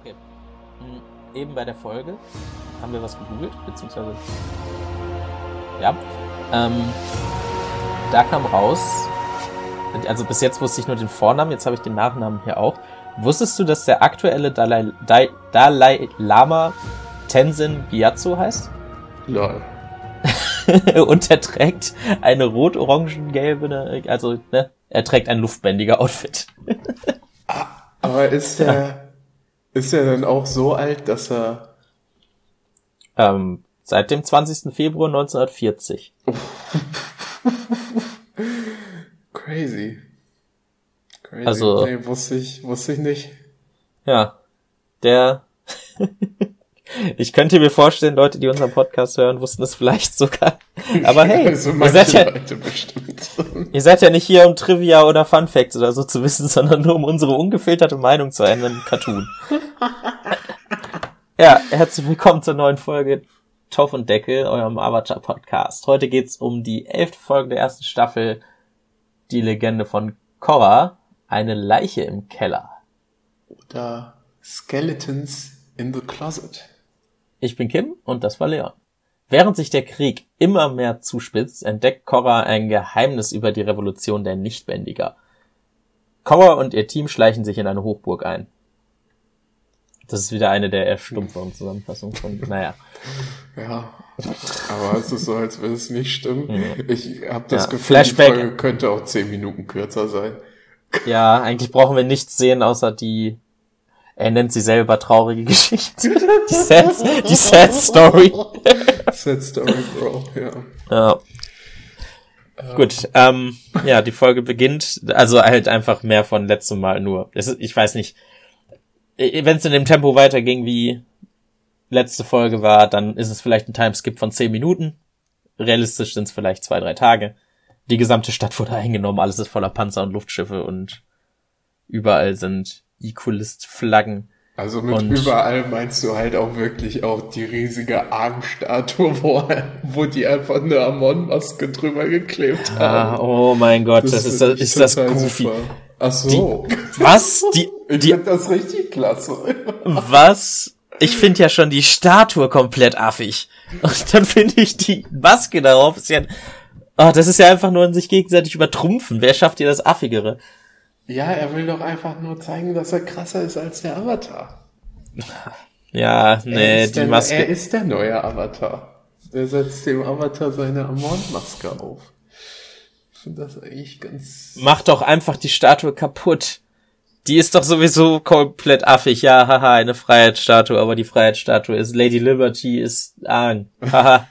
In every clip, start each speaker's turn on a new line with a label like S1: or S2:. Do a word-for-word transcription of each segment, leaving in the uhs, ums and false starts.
S1: Okay. Mhm. Eben bei der Folge haben wir was gegoogelt, beziehungsweise ja, ähm, da kam raus, also bis jetzt wusste ich nur den Vornamen, jetzt habe ich den Nachnamen hier auch. Wusstest du, dass der aktuelle Dalai, Dalai, Dalai Lama Tenzin Gyatso heißt?
S2: Lol.
S1: Und er trägt eine rot-orangen-gelbe, also ne, er trägt ein Luftbändiger-Outfit.
S2: Ah, aber ist der, ja. ist er dann auch so alt, dass er...
S1: Ähm, seit dem zwanzigsten Februar neunzehnhundertvierzig.
S2: Crazy. Crazy.
S1: Also,
S2: nee, wusste ich, wusste ich nicht.
S1: Ja, der... Ich könnte mir vorstellen, Leute, die unseren Podcast hören, wussten es vielleicht sogar. Aber hey,
S2: also
S1: ihr, seid ja,
S2: bestimmt.
S1: ihr seid ja nicht hier, um Trivia oder Fun Facts oder so zu wissen, sondern nur um unsere ungefilterte Meinung zu einem Cartoon. Ja, herzlich willkommen zur neuen Folge Topf und Deckel, eurem Avatar-Podcast. Heute geht's um die elfte Folge der ersten Staffel, die Legende von Korra, eine Leiche im Keller.
S2: Oder Skeletons in the Closet.
S1: Ich bin Kim und das war Leon. Während sich der Krieg immer mehr zuspitzt, entdeckt Korra ein Geheimnis über die Revolution der Nichtbändiger. Korra und ihr Team schleichen sich in eine Hochburg ein. Das ist wieder eine der eher stumpferen Zusammenfassungen von, naja.
S2: Ja, aber es ist so, als würde es nicht stimmen. Mhm. Ich habe das
S1: ja,
S2: Gefühl,
S1: Flashback.
S2: Die Folge könnte auch zehn Minuten kürzer sein.
S1: Ja, eigentlich brauchen wir nichts sehen, außer die... Er nennt sie selber traurige Geschichte. Die Sad, die Sad Story.
S2: Sad Story, Bro, ja.
S1: Ja. Ähm. Gut, ähm, ja, die Folge beginnt, also halt einfach mehr von letztem Mal nur. Es ist, ich weiß nicht, wenn es in dem Tempo weiterging, wie letzte Folge war, dann ist es vielleicht ein Timeskip von zehn Minuten. Realistisch sind es vielleicht zwei, drei Tage. Die gesamte Stadt wurde eingenommen, alles ist voller Panzer und Luftschiffe und überall sind Equalist-Flaggen.
S2: Also mit
S1: und
S2: überall meinst du halt auch wirklich auch die riesige Armstatue, wo, wo die einfach eine Amon-Maske drüber geklebt haben.
S1: Ah, oh mein Gott, das, das ist das, ist das goofy.
S2: Super. Ach so.
S1: Die, was? Die,
S2: ich
S1: die,
S2: finde das richtig klasse.
S1: Was? Ich finde ja schon die Statue komplett affig. Und dann finde ich die Maske darauf, ist ja, oh, das ist ja einfach nur in sich gegenseitig übertrumpfen. Wer schafft dir das Affigere?
S2: Ja, er will doch einfach nur zeigen, dass er krasser ist als der Avatar.
S1: Ja, nee, die
S2: der,
S1: Maske...
S2: Er ist der neue Avatar. Er setzt dem Avatar seine Amon-Maske auf. Ich finde das eigentlich ganz...
S1: Mach doch einfach die Statue kaputt. Die ist doch sowieso komplett affig. Ja, haha, eine Freiheitsstatue, aber die Freiheitsstatue ist Lady Liberty, ist Aang. Haha.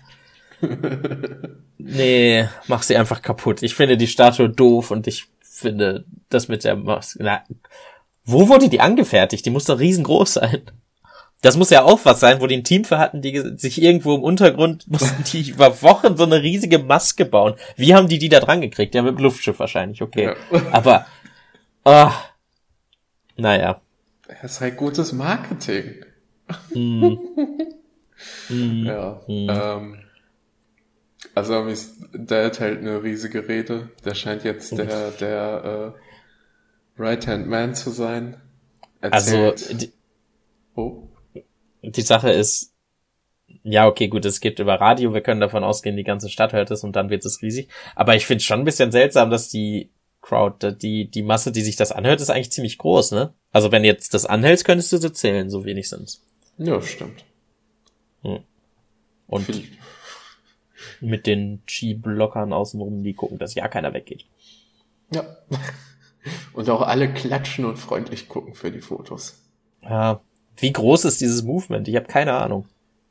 S1: Nee, mach sie einfach kaputt. Ich finde die Statue doof und ich finde das mit der Maske... Na, wo wurde die angefertigt? Die muss doch riesengroß sein. Das muss ja auch was sein, wo die ein Team für hatten, die sich irgendwo im Untergrund mussten die über Wochen so eine riesige Maske bauen. Wie haben die die da dran gekriegt? Ja, mit dem Luftschiff wahrscheinlich, okay. Ja. Aber, oh, naja.
S2: Das ist halt gutes Marketing.
S1: Mm. mm.
S2: Ja,
S1: mm.
S2: ähm, also Miss Dad hält eine riesige Rede. Der scheint jetzt der, der äh, Right-Hand-Man zu sein. Erzählt,
S1: also, die,
S2: oh.
S1: die Sache ist, ja, okay, gut, es geht über Radio, wir können davon ausgehen, die ganze Stadt hört es und dann wird es riesig. Aber ich finde es schon ein bisschen seltsam, dass die Crowd, die die Masse, die sich das anhört, ist eigentlich ziemlich groß, ne? Also wenn jetzt das anhältst, könntest du so zählen, so wenig sind's.
S2: Ja, stimmt.
S1: Hm. Und Viel. mit den Chi-Blockern außenrum, die gucken, dass ja keiner weggeht.
S2: Ja. Und auch alle klatschen und freundlich gucken für die Fotos.
S1: Ja. Wie groß ist dieses Movement? Ich habe keine Ahnung.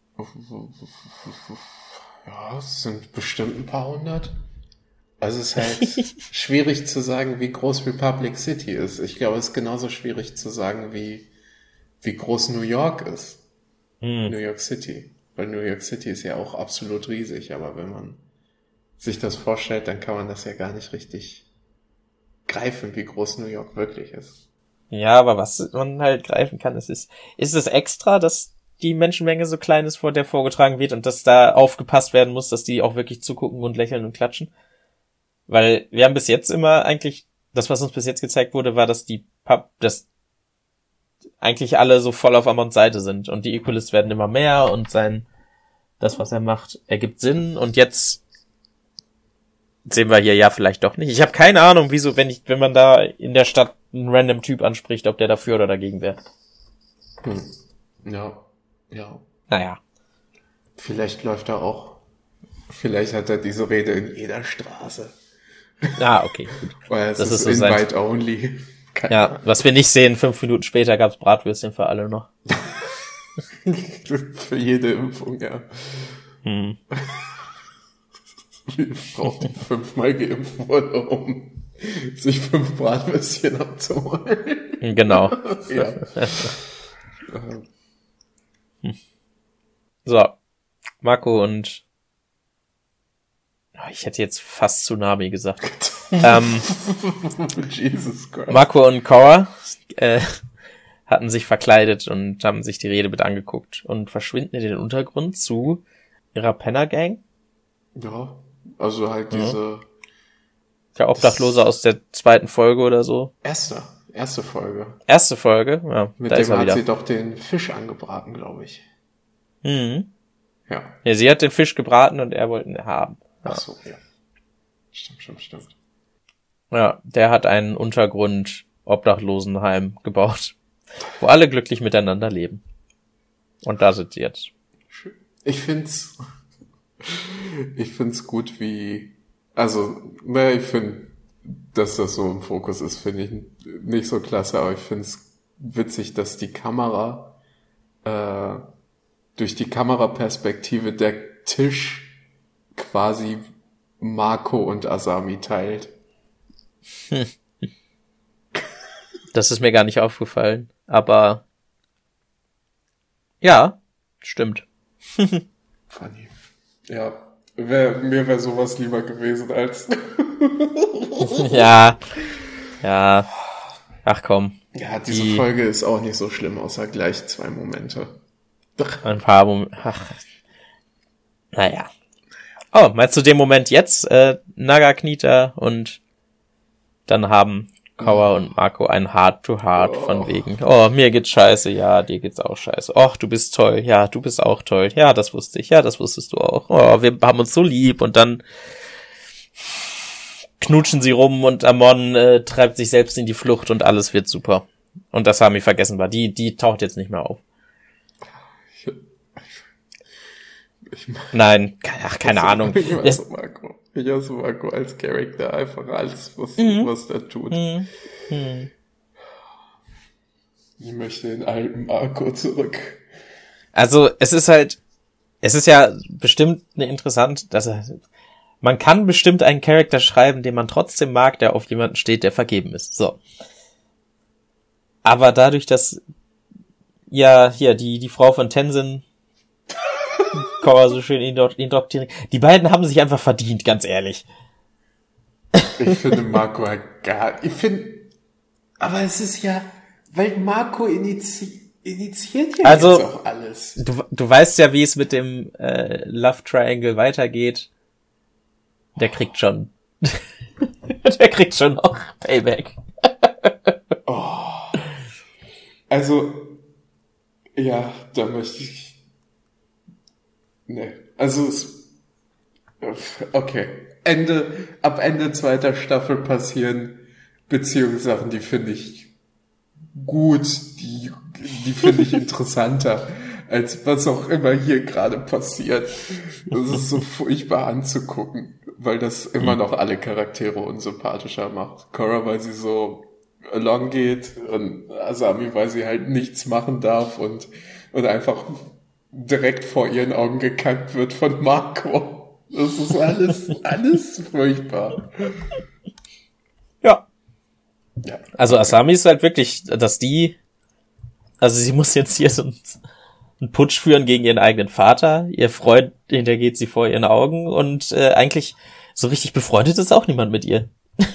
S2: Ja, es sind bestimmt ein paar hundert. Also es ist halt schwierig zu sagen, wie groß Republic City ist. Ich glaube, es ist genauso schwierig zu sagen, wie, wie groß New York ist. Hm. New York City. Weil New York City ist ja auch absolut riesig, aber wenn man sich das vorstellt, dann kann man das ja gar nicht richtig greifen, wie groß New York wirklich ist.
S1: Ja, aber was man halt greifen kann, ist, ist, ist es extra, dass die Menschenmenge so klein ist, vor der vorgetragen wird und dass da aufgepasst werden muss, dass die auch wirklich zugucken und lächeln und klatschen? Weil wir haben bis jetzt immer eigentlich, das, was uns bis jetzt gezeigt wurde, war, dass die Pub, dass eigentlich alle so voll auf Amons Seite sind und die Equalists werden immer mehr und sein, das, was er macht, ergibt Sinn und jetzt sehen wir hier ja vielleicht doch nicht. Ich habe keine Ahnung, wieso, wenn ich, wenn man da in der Stadt einen random Typ anspricht, ob der dafür oder dagegen wäre.
S2: Hm. Ja, ja.
S1: Naja.
S2: Vielleicht läuft er auch, vielleicht hat er diese Rede in jeder Straße.
S1: Ah, okay, gut.
S2: Weil es
S1: das
S2: ist,
S1: ist so
S2: invite only.
S1: Keine ja, Ahnung. Was wir nicht sehen, fünf Minuten später gab's Bratwürstchen für alle noch.
S2: Für jede Impfung, ja.
S1: Hm.
S2: Die Frau, die fünfmal geimpft wurde, um sich fünf Bratwürstchen abzuholen.
S1: Genau.
S2: Ja.
S1: hm. So. Marco und ich hätte jetzt fast Tsunami gesagt. ähm,
S2: Jesus Christ.
S1: Marco und Cora äh, hatten sich verkleidet und haben sich die Rede mit angeguckt und verschwinden in den Untergrund zu ihrer Penner-Gang.
S2: Ja, also halt diese... Ja.
S1: Der Obdachlose aus der zweiten Folge oder so.
S2: Erste, erste Folge.
S1: Erste Folge, ja.
S2: Mit
S1: da
S2: dem
S1: ist er
S2: hat
S1: wieder.
S2: sie doch den Fisch angebraten, glaube ich.
S1: Mhm.
S2: Ja.
S1: Ja, sie hat den Fisch gebraten und er wollte ihn haben. Ja.
S2: Ach so, ja. Stimmt, stimmt, stimmt.
S1: Ja, der hat einen Untergrund-Obdachlosenheim gebaut, wo alle glücklich miteinander leben. Und da sind sie jetzt.
S2: Ich find's, ich find's gut, wie, also, ne, ich finde, dass das so im Fokus ist, finde ich nicht so klasse, aber ich find's witzig, dass die Kamera, äh, durch die Kameraperspektive der Tisch quasi Marco und Asami teilt.
S1: Hm. Das ist mir gar nicht aufgefallen, aber ja, stimmt.
S2: Funny. Ja, wär, mir wäre sowas lieber gewesen als
S1: ja, ja, ach komm.
S2: Ja, diese
S1: die,
S2: Folge ist auch nicht so schlimm, außer gleich zwei Momente.
S1: Ein paar Momente, ach, naja. Oh, meinst du den Moment jetzt? Äh, Naga kniet da und dann haben Cora und Marco ein Heart-to-Heart oh. von wegen, oh, mir geht's scheiße, ja, dir geht's auch scheiße. Och, du bist toll, ja, du bist auch toll, ja, das wusste ich, ja, das wusstest du auch. Oh, wir haben uns so lieb und dann knutschen sie rum und Amon äh, treibt sich selbst in die Flucht und alles wird super. Und das haben wir vergessen war, die, die taucht jetzt nicht mehr auf. Ich, ich, Nein, ach, keine Ahnung.
S2: Ich hasse Marco. Ich hasse Marco als Charakter, einfach alles, was, mhm. was er tut.
S1: Mhm. Mhm.
S2: Ich möchte den alten Marco zurück.
S1: Also, es ist halt, es ist ja bestimmt eine interessant, dass er, man kann bestimmt einen Charakter schreiben, den man trotzdem mag, der auf jemanden steht, der vergeben ist. So. Aber dadurch, dass, ja, hier, die, die Frau von Tenzin Cora so schön indoktriniert. Die beiden haben sich einfach verdient, ganz ehrlich.
S2: Ich finde Marco halt gar, ich finde, aber es ist ja, weil Marco inizi, initiiert ja
S1: also,
S2: jetzt auch alles.
S1: Du, du weißt ja, wie es mit dem äh, Love Triangle weitergeht. Der kriegt schon, der kriegt schon noch Payback.
S2: Oh. Also, ja, da möchte ich, nee, also es, okay, Ende, ab Ende zweiter Staffel passieren Beziehungssachen, die finde ich gut, die, die finde ich interessanter, als was auch immer hier gerade passiert. Das ist so furchtbar anzugucken, weil das immer noch alle Charaktere unsympathischer macht. Cora, weil sie so along geht und Asami, weil sie halt nichts machen darf und, und einfach direkt vor ihren Augen gekackt wird von Marco. Das ist alles, alles furchtbar.
S1: Ja. Ja. Also Asami ist halt wirklich, dass die, also sie muss jetzt hier so einen Putsch führen gegen ihren eigenen Vater. Ihr Freund hintergeht sie vor ihren Augen und äh, eigentlich so richtig befreundet ist auch niemand mit ihr.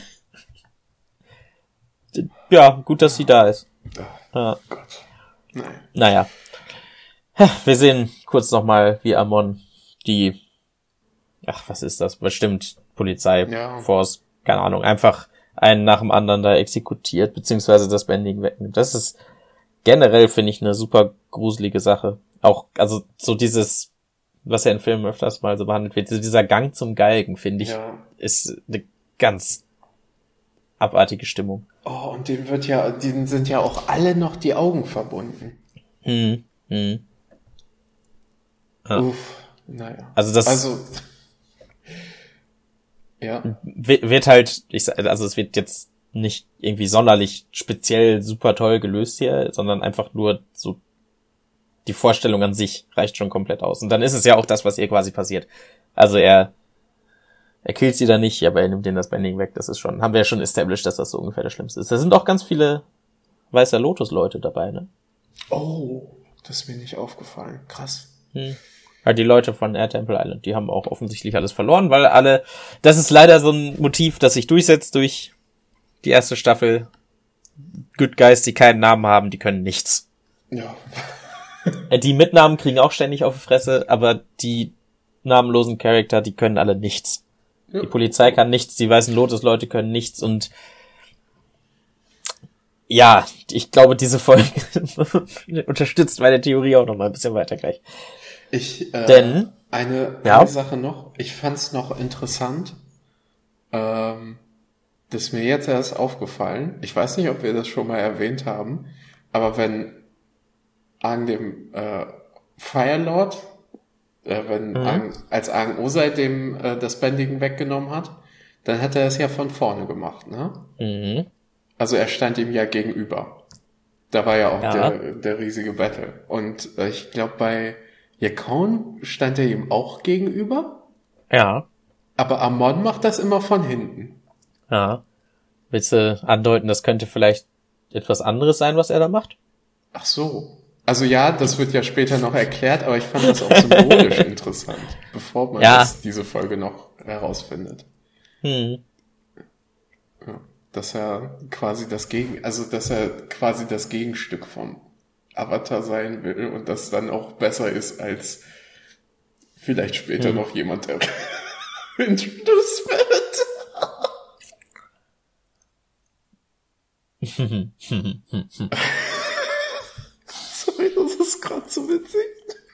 S1: Ja, gut, dass sie da ist. Ja.
S2: Gott. Nein.
S1: Naja. Wir sehen kurz nochmal, wie Amon die, ach, was ist das? Bestimmt Polizei,
S2: ja.
S1: Force, keine Ahnung, einfach einen nach dem anderen da exekutiert, beziehungsweise das Bändigen wegnimmt. Das ist, generell finde ich eine super gruselige Sache. Auch, also so dieses, was ja in Filmen öfters mal so behandelt wird, dieser Gang zum Galgen, finde ich,
S2: ja.
S1: ist eine ganz abartige Stimmung.
S2: Oh, und denen wird ja, denen sind ja auch alle noch die Augen verbunden.
S1: Hm, hm. Ja.
S2: Uff, naja.
S1: Also das
S2: also, ja.
S1: wird halt, ich sag, also es wird jetzt nicht irgendwie sonderlich speziell super toll gelöst hier, sondern einfach nur so die Vorstellung an sich reicht schon komplett aus. Und dann ist es ja auch das, was ihr quasi passiert. Also er er killt sie da nicht, aber er nimmt denen das Bending weg. Das ist schon, haben wir ja schon established, dass das so ungefähr das Schlimmste ist. Da sind auch ganz viele Weißer Lotus-Leute dabei, ne?
S2: Oh, das ist mir nicht aufgefallen. Krass.
S1: Hm. Halt die Leute von Air Temple Island, die haben auch offensichtlich alles verloren, weil alle, das ist leider so ein Motiv, das sich durchsetzt durch die erste Staffel. Good Guys, die keinen Namen haben, die können nichts.
S2: Ja.
S1: Die mit Namen kriegen auch ständig auf die Fresse, aber die namenlosen Charakter, die können alle nichts. Ja. Die Polizei kann nichts, die Weißen Lotus-Leute können nichts und ja, ich glaube, diese Folge unterstützt meine Theorie auch noch mal ein bisschen weiter gleich.
S2: Ich, äh,
S1: Denn,
S2: eine,
S1: ja.
S2: eine Sache noch, ich fand's noch interessant, ähm, das ist mir jetzt erst aufgefallen, ich weiß nicht, ob wir das schon mal erwähnt haben, aber wenn Aang dem äh, Firelord, äh, wenn
S1: mhm.
S2: Aang, als Aang Osei dem äh, das Bändigen weggenommen hat, dann hat er es ja von vorne gemacht, ne?
S1: Mhm.
S2: Also er stand ihm ja gegenüber. Da war ja auch
S1: Ja.
S2: Der, der riesige Battle. Und äh, ich glaube, bei Yakon stand er ihm auch gegenüber.
S1: Ja.
S2: Aber Amon macht das immer von hinten.
S1: Ja. Willst du andeuten, das könnte vielleicht etwas anderes sein, was er da macht?
S2: Ach so. Also ja, das wird ja später noch erklärt, aber ich fand das auch symbolisch interessant, bevor man
S1: ja.
S2: das, diese Folge noch herausfindet.
S1: Hm.
S2: Ja, dass er quasi das Gegen, also dass er quasi das Gegenstück vom Avatar sein will und das dann auch besser ist als vielleicht später
S1: hm.
S2: noch jemand, der introduced wird. Sorry, das ist gerade so witzig.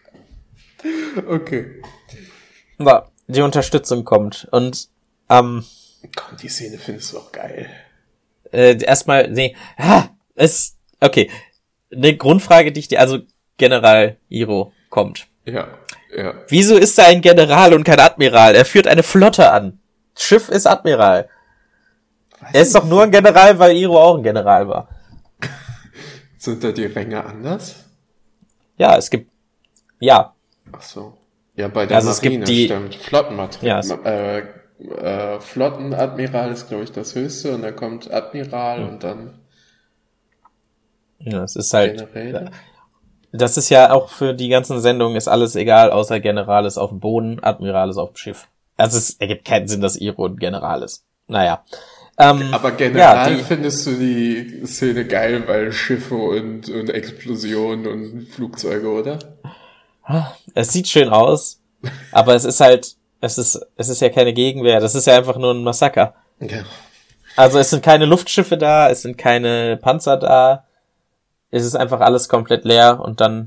S2: Okay.
S1: So, die Unterstützung kommt und ähm,
S2: Komm, die Szene findest du auch geil.
S1: Äh, erstmal, nee, ah, es, okay, eine Grundfrage, die ich dir, also General Iroh kommt.
S2: Ja, ja.
S1: Wieso ist er ein General und kein Admiral? Er führt eine Flotte an. Schiff ist Admiral.
S2: Weiß
S1: er ist doch nur ein General, weil Iroh auch ein General war.
S2: Sind da die Ränge anders?
S1: Ja, es gibt, ja.
S2: Ach so. Ja, bei der
S1: also
S2: Marine
S1: es gibt die,
S2: stimmt. Flottenmaterial.
S1: Ja,
S2: äh, äh, Flottenadmiral ist, glaube ich, das höchste und dann kommt Admiral
S1: hm.
S2: und dann
S1: ja, es ist halt,
S2: Generäle.
S1: Das ist ja auch für die ganzen Sendungen ist alles egal, außer General ist auf dem Boden, Admiral ist auf dem Schiff. Also es ergibt keinen Sinn, dass Iroh ein General ist. Naja. Ähm,
S2: Aber General
S1: ja, die,
S2: findest du die Szene geil, weil Schiffe und, und Explosionen und Flugzeuge, oder?
S1: Es sieht schön aus, aber es ist halt, es ist, es ist ja keine Gegenwehr, das ist ja einfach nur ein Massaker.
S2: Ja.
S1: Also es sind keine Luftschiffe da, es sind keine Panzer da, es ist einfach alles komplett leer und dann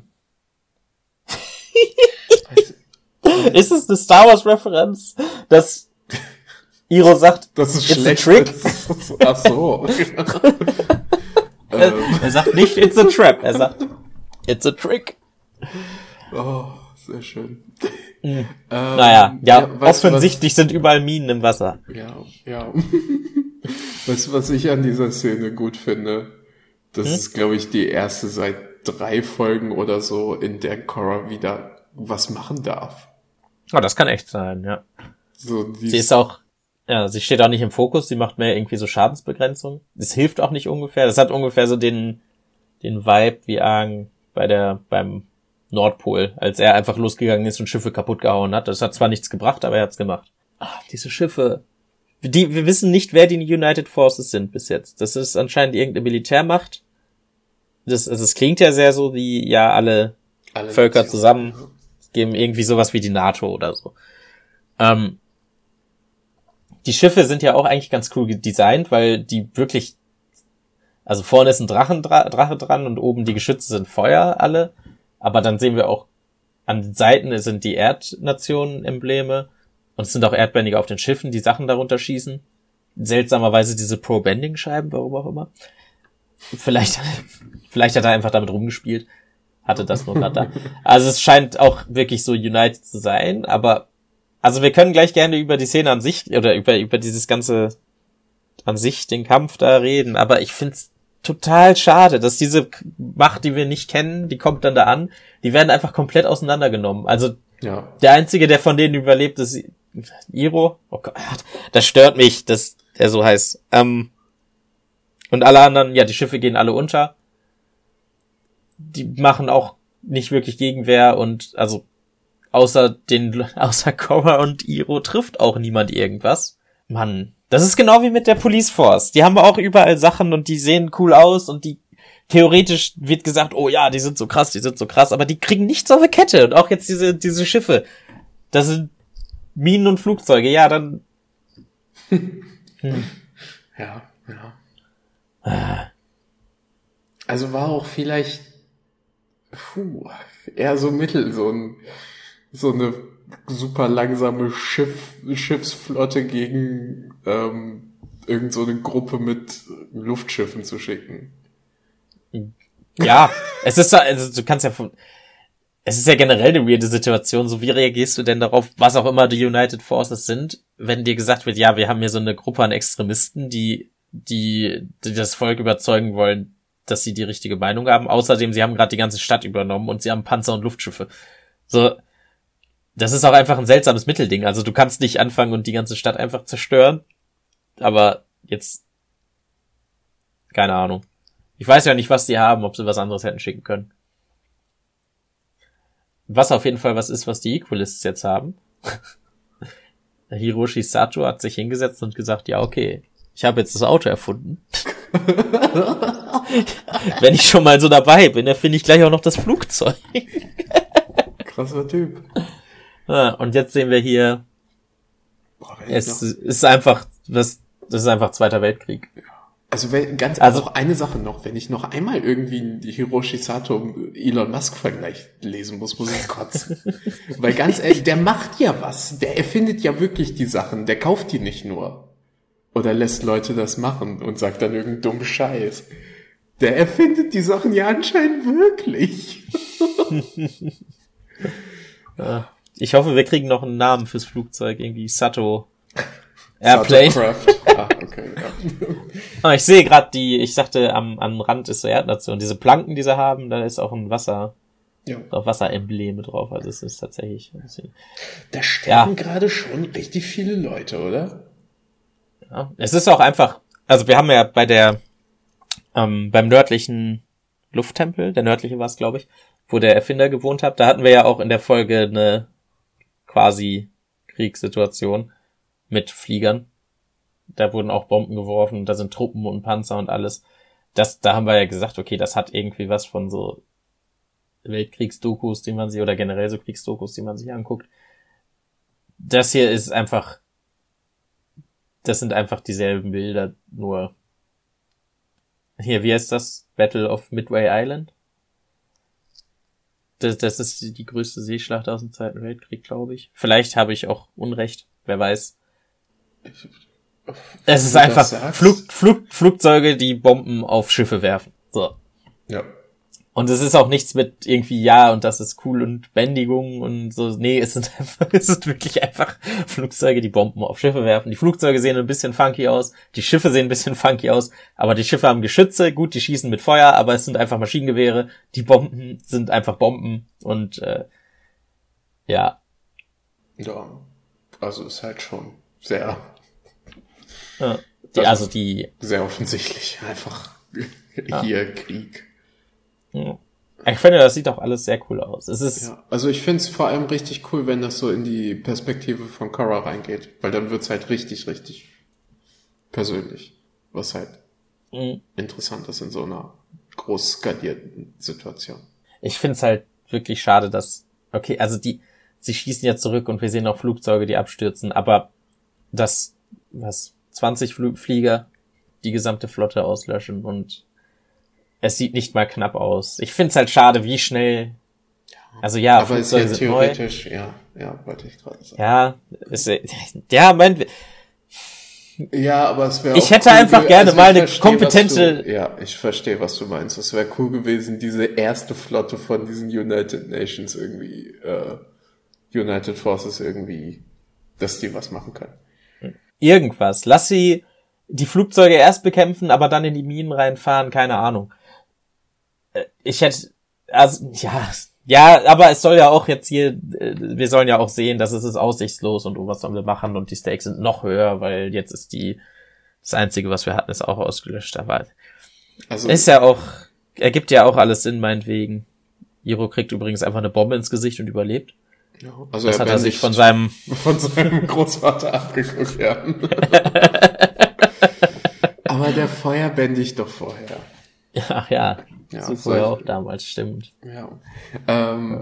S1: ist es eine Star Wars Referenz, dass Iroh sagt,
S2: das ist
S1: it's
S2: schlecht.
S1: a trick.
S2: Ach so.
S1: ähm. Er sagt nicht it's a trap, er sagt it's a trick.
S2: Oh, sehr schön.
S1: Mhm.
S2: Ähm,
S1: naja, ja,
S2: ja weißt
S1: offensichtlich was, sind überall Minen im Wasser.
S2: Ja, ja. Weißt du, was ich an dieser Szene gut finde? Das hm? ist, glaube ich, die erste seit drei Folgen oder so, in der Korra wieder was machen darf.
S1: Oh, das kann echt sein, ja.
S2: So,
S1: sie ist auch, ja, sie steht auch nicht im Fokus, sie macht mehr irgendwie so Schadensbegrenzung. Das hilft auch nicht ungefähr. Das hat ungefähr so den, den Vibe wie Aang bei der, beim Nordpol, als er einfach losgegangen ist und Schiffe kaputt gehauen hat. Das hat zwar nichts gebracht, aber er hat's gemacht. Ach, diese Schiffe. Die, wir wissen nicht, wer die United Forces sind bis jetzt. Das ist anscheinend irgendeine Militärmacht. Das, also es klingt ja sehr so, wie ja alle, alle Völker Nationen zusammen geben irgendwie sowas wie die NATO oder so. Ähm, die Schiffe sind ja auch eigentlich ganz cool designt, weil die wirklich Also vorne ist ein Drachen, Drache dran und oben die Geschütze sind Feuer alle. Aber dann sehen wir auch, an den Seiten sind die Erdnationen-Embleme. Und es sind auch Erdbändiger auf den Schiffen, die Sachen darunter schießen. Seltsamerweise diese Pro-Bending-Scheiben, warum auch immer. Vielleicht, vielleicht hat er einfach damit rumgespielt. Hatte das nur gerade da. Also es scheint auch wirklich so United zu sein, aber also wir können gleich gerne über die Szene an sich oder über über dieses ganze an sich den Kampf da reden, aber ich find's total schade, dass diese Macht, die wir nicht kennen, die kommt dann da an, die werden einfach komplett auseinandergenommen. Also ja. Der einzige, der von denen überlebt, ist Iro. Oh Gott, das stört mich, dass der so heißt. Ähm, und alle anderen, ja, die Schiffe gehen alle unter. Die machen auch nicht wirklich Gegenwehr und also außer den außer Korra und Iro trifft auch niemand irgendwas. Mann, das ist genau wie mit der Police Force. Die haben auch überall Sachen und die sehen cool aus und die theoretisch wird gesagt, oh ja, die sind so krass, die sind so krass, aber die kriegen nichts auf die Kette und auch jetzt diese diese Schiffe. Das sind Minen und Flugzeuge. Ja, dann hm.
S2: Ja, ja. Ah. Also war auch vielleicht Puh, eher so mittel, so ein, so eine super langsame Schiff, Schiffsflotte gegen ähm, irgend so eine Gruppe mit Luftschiffen zu schicken.
S1: Ja, es ist also du kannst ja von, es ist ja generell eine weirde Situation, so wie reagierst du denn darauf, was auch immer die United Forces sind, wenn dir gesagt wird, ja, wir haben hier so eine Gruppe an Extremisten, die, die, die das Volk überzeugen wollen, dass sie die richtige Meinung haben. Außerdem, sie haben gerade die ganze Stadt übernommen und sie haben Panzer und Luftschiffe. So, das ist auch einfach ein seltsames Mittelding. Also du kannst nicht anfangen und die ganze Stadt einfach zerstören. Aber jetzt, keine Ahnung. Ich weiß ja nicht, was die haben, ob sie was anderes hätten schicken können. Was auf jeden Fall was ist, was die Equalists jetzt haben. Hiroshi Sato hat sich hingesetzt und gesagt, ja, okay, ich habe jetzt das Auto erfunden. Wenn ich schon mal so dabei bin, dann finde ich gleich auch noch das Flugzeug.
S2: Krasser Typ.
S1: Ja, und jetzt sehen wir hier, Boah, es noch? ist einfach, das, das ist einfach Zweiter Weltkrieg.
S2: Also ganz also noch eine Sache noch, wenn ich noch einmal irgendwie einen Hiroshi Sato Elon Musk Vergleich lesen muss, muss ich kotzen. Weil ganz ehrlich, der macht ja was, der erfindet ja wirklich die Sachen, der kauft die nicht nur. Oder lässt Leute das machen und sagt dann irgendeinen dummen Scheiß. Der erfindet die Sachen ja anscheinend wirklich.
S1: Ja, ich hoffe, wir kriegen noch einen Namen fürs Flugzeug, irgendwie Sato Airplane. Sato ah, okay, ja. Ich sehe gerade die, ich sagte, am, am Rand ist so Erdnation, diese Planken, die sie haben, da ist auch ein Wasser, ja. auch Wasserembleme drauf, also es ist tatsächlich ein bisschen.
S2: Da sterben ja. gerade schon richtig viele Leute, oder?
S1: Ja, es ist auch einfach, also wir haben ja bei der, ähm, beim nördlichen Lufttempel, der nördliche war es, glaube ich, wo der Erfinder gewohnt hat, da hatten wir ja auch in der Folge eine quasi Kriegssituation mit Fliegern. Da wurden auch Bomben geworfen, da sind Truppen und Panzer und alles. Das, da haben wir ja gesagt, okay, das hat irgendwie was von so Weltkriegsdokus, die man sich, oder generell so Kriegsdokus, die man sich anguckt. Das hier ist einfach, das sind einfach dieselben Bilder, nur hier, wie heißt das? Battle of Midway Island? Das, das ist die, die größte Seeschlacht aus dem Zweiten Weltkrieg, glaube ich. Vielleicht habe ich auch Unrecht, wer weiß. Ich, es ist einfach Flug, Flug, Flugzeuge, die Bomben auf Schiffe werfen. So.
S2: Ja.
S1: Und es ist auch nichts mit irgendwie, ja, und das ist cool und Bändigung und so. Nee, es sind einfach, es sind wirklich einfach Flugzeuge, die Bomben auf Schiffe werfen. Die Flugzeuge sehen ein bisschen funky aus, die Schiffe sehen ein bisschen funky aus, aber die Schiffe haben Geschütze, gut, die schießen mit Feuer, aber es sind einfach Maschinengewehre. Die Bomben sind einfach Bomben und, äh, ja.
S2: Ja, also ist halt schon sehr,
S1: ja, die, also, also die,
S2: sehr offensichtlich einfach hier ja. Krieg.
S1: Ja. Ich finde, das sieht auch alles sehr cool aus. Es ist
S2: ja, also ich finde es vor allem richtig cool, wenn das so in die Perspektive von Korra reingeht, weil dann wird's halt richtig, richtig persönlich, was halt mhm. interessant ist in so einer groß skalierten Situation.
S1: Ich finde es halt wirklich schade, dass, okay, also die, sie schießen ja zurück und wir sehen auch Flugzeuge, die abstürzen, aber dass, was, zwanzig Fl- Flieger die gesamte Flotte auslöschen und es sieht nicht mal knapp aus. Ich find's halt schade, wie schnell, also ja,
S2: aber ist ja theoretisch, neu. ja, ja, wollte ich gerade sagen.
S1: Ja, ist, ja, mein,
S2: ja, aber es wäre
S1: ich hätte cool einfach gerne also mal eine
S2: versteh,
S1: kompetente,
S2: du, ja, ich verstehe, was du meinst. Es wäre cool gewesen, diese erste Flotte von diesen United Nations irgendwie, äh, United Forces irgendwie, dass die was machen können.
S1: Irgendwas. Lass sie die Flugzeuge erst bekämpfen, aber dann in die Minen reinfahren, keine Ahnung. Ich hätte, also, ja, ja, aber es soll ja auch jetzt hier, wir sollen ja auch sehen, dass es ist aussichtslos und oh, was sollen wir machen und die Stakes sind noch höher, weil jetzt ist die, das Einzige, was wir hatten, ist auch ausgelöscht, aber also, ist ja auch, ergibt ja auch alles Sinn, meinetwegen. Iro kriegt übrigens einfach eine Bombe ins Gesicht und überlebt.
S2: Ja, also
S1: das hat er sich von seinem
S2: von seinem Großvater abgeguckt, ja. Aber der Feuer bändigt doch vorher.
S1: Ach ja, ja so vorher auch damals, stimmt.
S2: Ja. Ähm,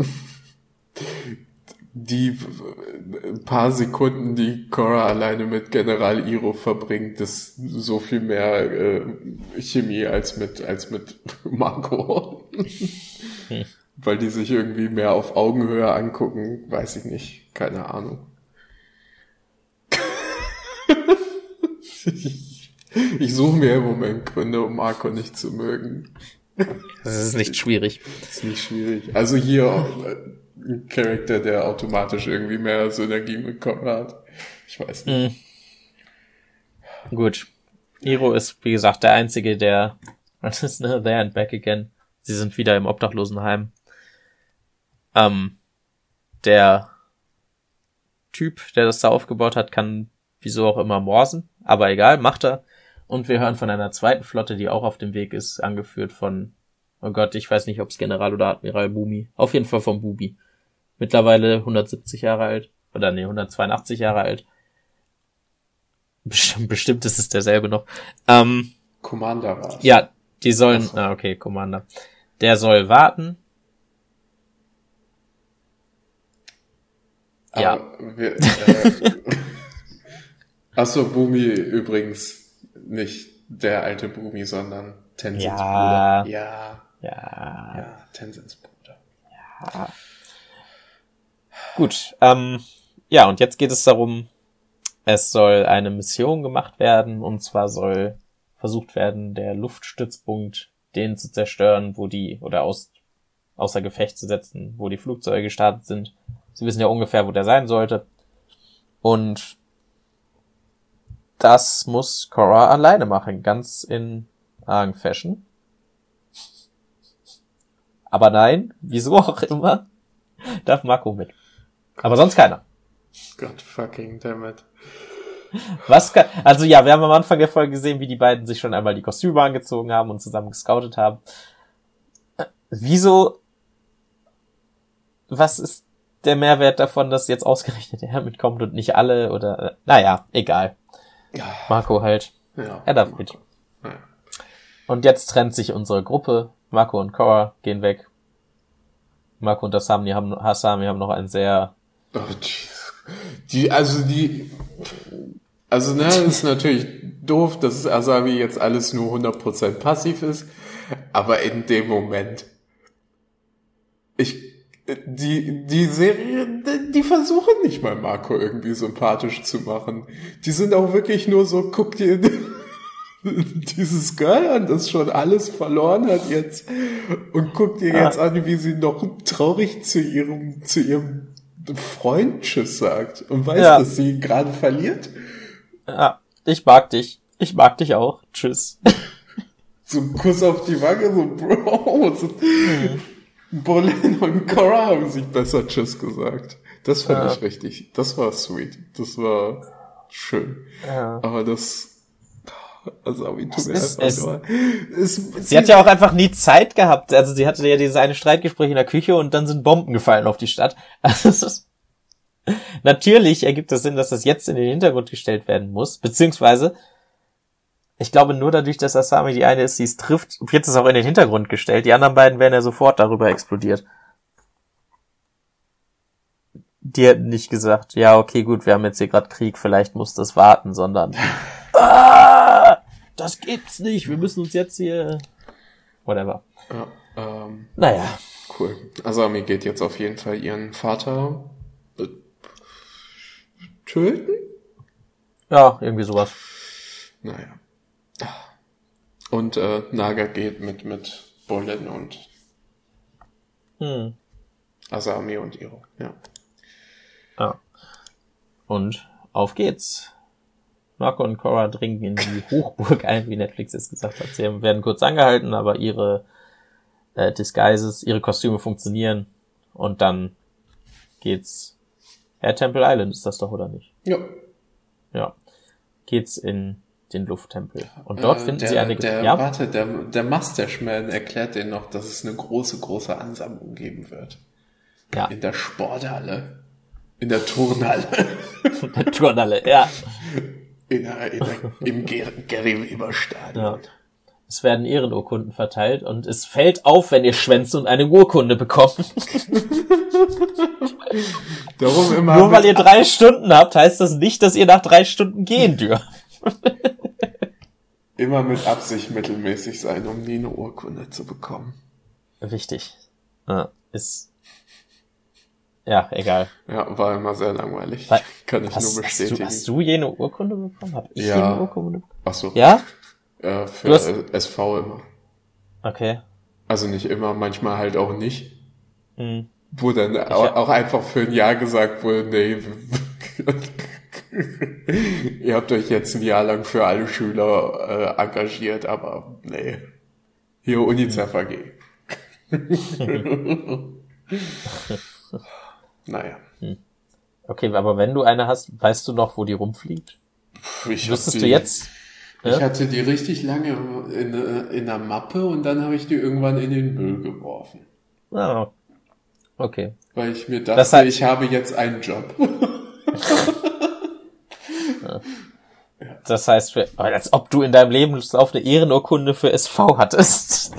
S2: die paar Sekunden, die Korra alleine mit General Iro verbringt, ist so viel mehr äh, Chemie als mit als mit Marco. Hm. Weil die sich irgendwie mehr auf Augenhöhe angucken, weiß ich nicht, keine Ahnung. ich, ich suche mir im Moment Gründe, um Marco nicht zu mögen.
S1: Das ist nicht schwierig.
S2: Das ist nicht schwierig. Also hier auch ein Charakter, der automatisch irgendwie mehr Synergie mit Korra hat. Ich weiß nicht.
S1: Mm. Gut. Iro ist, wie gesagt, der Einzige, der was ist, ne? There and back again. Sie sind wieder im Obdachlosenheim. Ähm, der Typ, der das da aufgebaut hat, kann wieso auch immer morsen, aber egal, macht er. Und wir hören von einer zweiten Flotte, die auch auf dem Weg ist, angeführt von, oh Gott, ich weiß nicht, ob es General oder Admiral Bumi. Auf jeden Fall von Bubi. Mittlerweile hundertsiebzig Jahre alt, oder nee, hundertzweiundachtzig Jahre alt. Bestimmt, bestimmt ist es derselbe noch. Ähm,
S2: Commander war's.
S1: Ja, die sollen, so. ah, okay, Commander. Der soll warten. Ja.
S2: Aber wir, äh, achso, Bumi übrigens nicht der alte Bumi, sondern Tenzins
S1: ja.
S2: Bruder. Ja.
S1: Ja.
S2: Ja, Tenzins Bruder.
S1: Ja. Gut, ähm, ja, und jetzt geht es darum, es soll eine Mission gemacht werden, und zwar soll versucht werden, der Luftstützpunkt, den zu zerstören, wo die, oder aus, außer Gefecht zu setzen, wo die Flugzeuge gestartet sind. Sie wissen ja ungefähr, wo der sein sollte. Und das muss Korra alleine machen, ganz in argen Fashion. Aber nein, wieso auch immer, darf Marco mit. Aber sonst keiner.
S2: God fucking damn it.
S1: Was kann, also ja, wir haben am Anfang der Folge gesehen, wie die beiden sich schon einmal die Kostüme angezogen haben und zusammen gescoutet haben. Wieso, was ist der Mehrwert davon, dass jetzt ausgerechnet er mitkommt und nicht alle oder, naja, egal. Marco halt.
S2: Ja,
S1: er darf mit.
S2: Ja.
S1: Und jetzt trennt sich unsere Gruppe. Marco und Korra gehen weg. Marco und Asami haben, Asami haben noch ein sehr...
S2: Oh, Jesus. Die, also die... Also, ne, ist natürlich doof, dass Asami jetzt alles nur hundert Prozent passiv ist. Aber in dem Moment... Ich... Die, die Serie, die versuchen nicht mal Marco irgendwie sympathisch zu machen. Die sind auch wirklich nur so, guck dir dieses Girl an, das schon alles verloren hat jetzt, und guck dir jetzt ah. an, wie sie noch traurig zu ihrem, zu ihrem Freund Tschüss sagt und weiß, ja. dass sie ihn gerade verliert.
S1: Ja, ich mag dich. Ich mag dich auch. Tschüss.
S2: So ein Kuss auf die Wange, so, Bro. So, mhm. Bolin und Korra haben sich besser Tschüss gesagt. Das fand ja. ich richtig. Das war sweet. Das war schön.
S1: Ja.
S2: Aber das, also aber tut mir
S1: ist,
S2: einfach
S1: es,
S2: nur. Es,
S1: sie, sie hat ja auch einfach nie Zeit gehabt. Also sie hatte ja dieses eine Streitgespräch in der Küche und dann sind Bomben gefallen auf die Stadt. Also es ist, natürlich ergibt es Sinn, dass das jetzt in den Hintergrund gestellt werden muss. Beziehungsweise, ich glaube, nur dadurch, dass Asami die eine ist, die es trifft, wird es auch in den Hintergrund gestellt. Die anderen beiden wären ja sofort darüber explodiert. Die hätten nicht gesagt, ja, okay, gut, wir haben jetzt hier gerade Krieg, vielleicht muss das warten, sondern ah, das gibt's nicht, wir müssen uns jetzt hier... whatever.
S2: Ja, ähm,
S1: naja.
S2: Cool. Asami geht jetzt auf jeden Fall ihren Vater äh, töten?
S1: Ja, irgendwie sowas.
S2: Naja. Und äh, Naga geht mit mit Bolin und
S1: hm.
S2: Asami und Iro, ja.
S1: Ja. Und auf geht's. Marco und Korra dringen in die Hochburg ein, wie Netflix es gesagt hat. Sie werden kurz angehalten, aber ihre äh, Disguises, ihre Kostüme funktionieren. Und dann geht's. Air Temple Island ist das doch, oder nicht?
S2: Ja.
S1: Ja. Geht's in den Lufttempel. Und dort
S2: äh,
S1: finden
S2: der,
S1: sie eine...
S2: Der,
S1: ja?
S2: Warte, der, der Mustache-Man erklärt denen noch, dass es eine große, große Ansammlung geben wird.
S1: Ja.
S2: In der Sporthalle. In der Turnhalle.
S1: In der Turnhalle, ja.
S2: In der, in der, Im Gary Weber Stadion. Ja.
S1: Es werden Ehrenurkunden verteilt und es fällt auf, wenn ihr schwänzt und eine Urkunde bekommt.
S2: Darum immer
S1: Nur weil ihr drei Stunden habt, heißt das nicht, dass ihr nach drei Stunden gehen dürft.
S2: Immer mit Absicht mittelmäßig sein, um nie eine Urkunde zu bekommen.
S1: Wichtig. Ja, ist... Ja, egal.
S2: Ja, war immer sehr langweilig.
S1: Weil,
S2: Kann ich
S1: hast,
S2: nur bestätigen.
S1: Hast du, hast du je eine Urkunde bekommen? Hab ich
S2: ja.
S1: je eine Urkunde bekommen?
S2: Ach so.
S1: Ja?
S2: Äh, für
S1: hast...
S2: S V immer.
S1: Okay.
S2: Also nicht immer, manchmal halt auch nicht.
S1: Hm.
S2: Wo dann auch, auch einfach für ein Jahr gesagt wurde, nee, ihr habt euch jetzt ein Jahr lang für alle Schüler äh, engagiert, aber nee. Hier UNICEF A G. Naja.
S1: Okay, aber wenn du eine hast, weißt du noch, wo die rumfliegt?
S2: Ich
S1: Wüsstest
S2: die,
S1: du jetzt?
S2: Ich
S1: ja?
S2: hatte die richtig lange in, in der Mappe und dann habe ich die irgendwann in den Müll geworfen.
S1: Ah, okay.
S2: Weil ich mir dachte,
S1: das heißt,
S2: ich habe jetzt einen Job.
S1: ja. Das heißt, für, als ob du in deinem Lebenslauf eine Ehrenurkunde für S V hattest.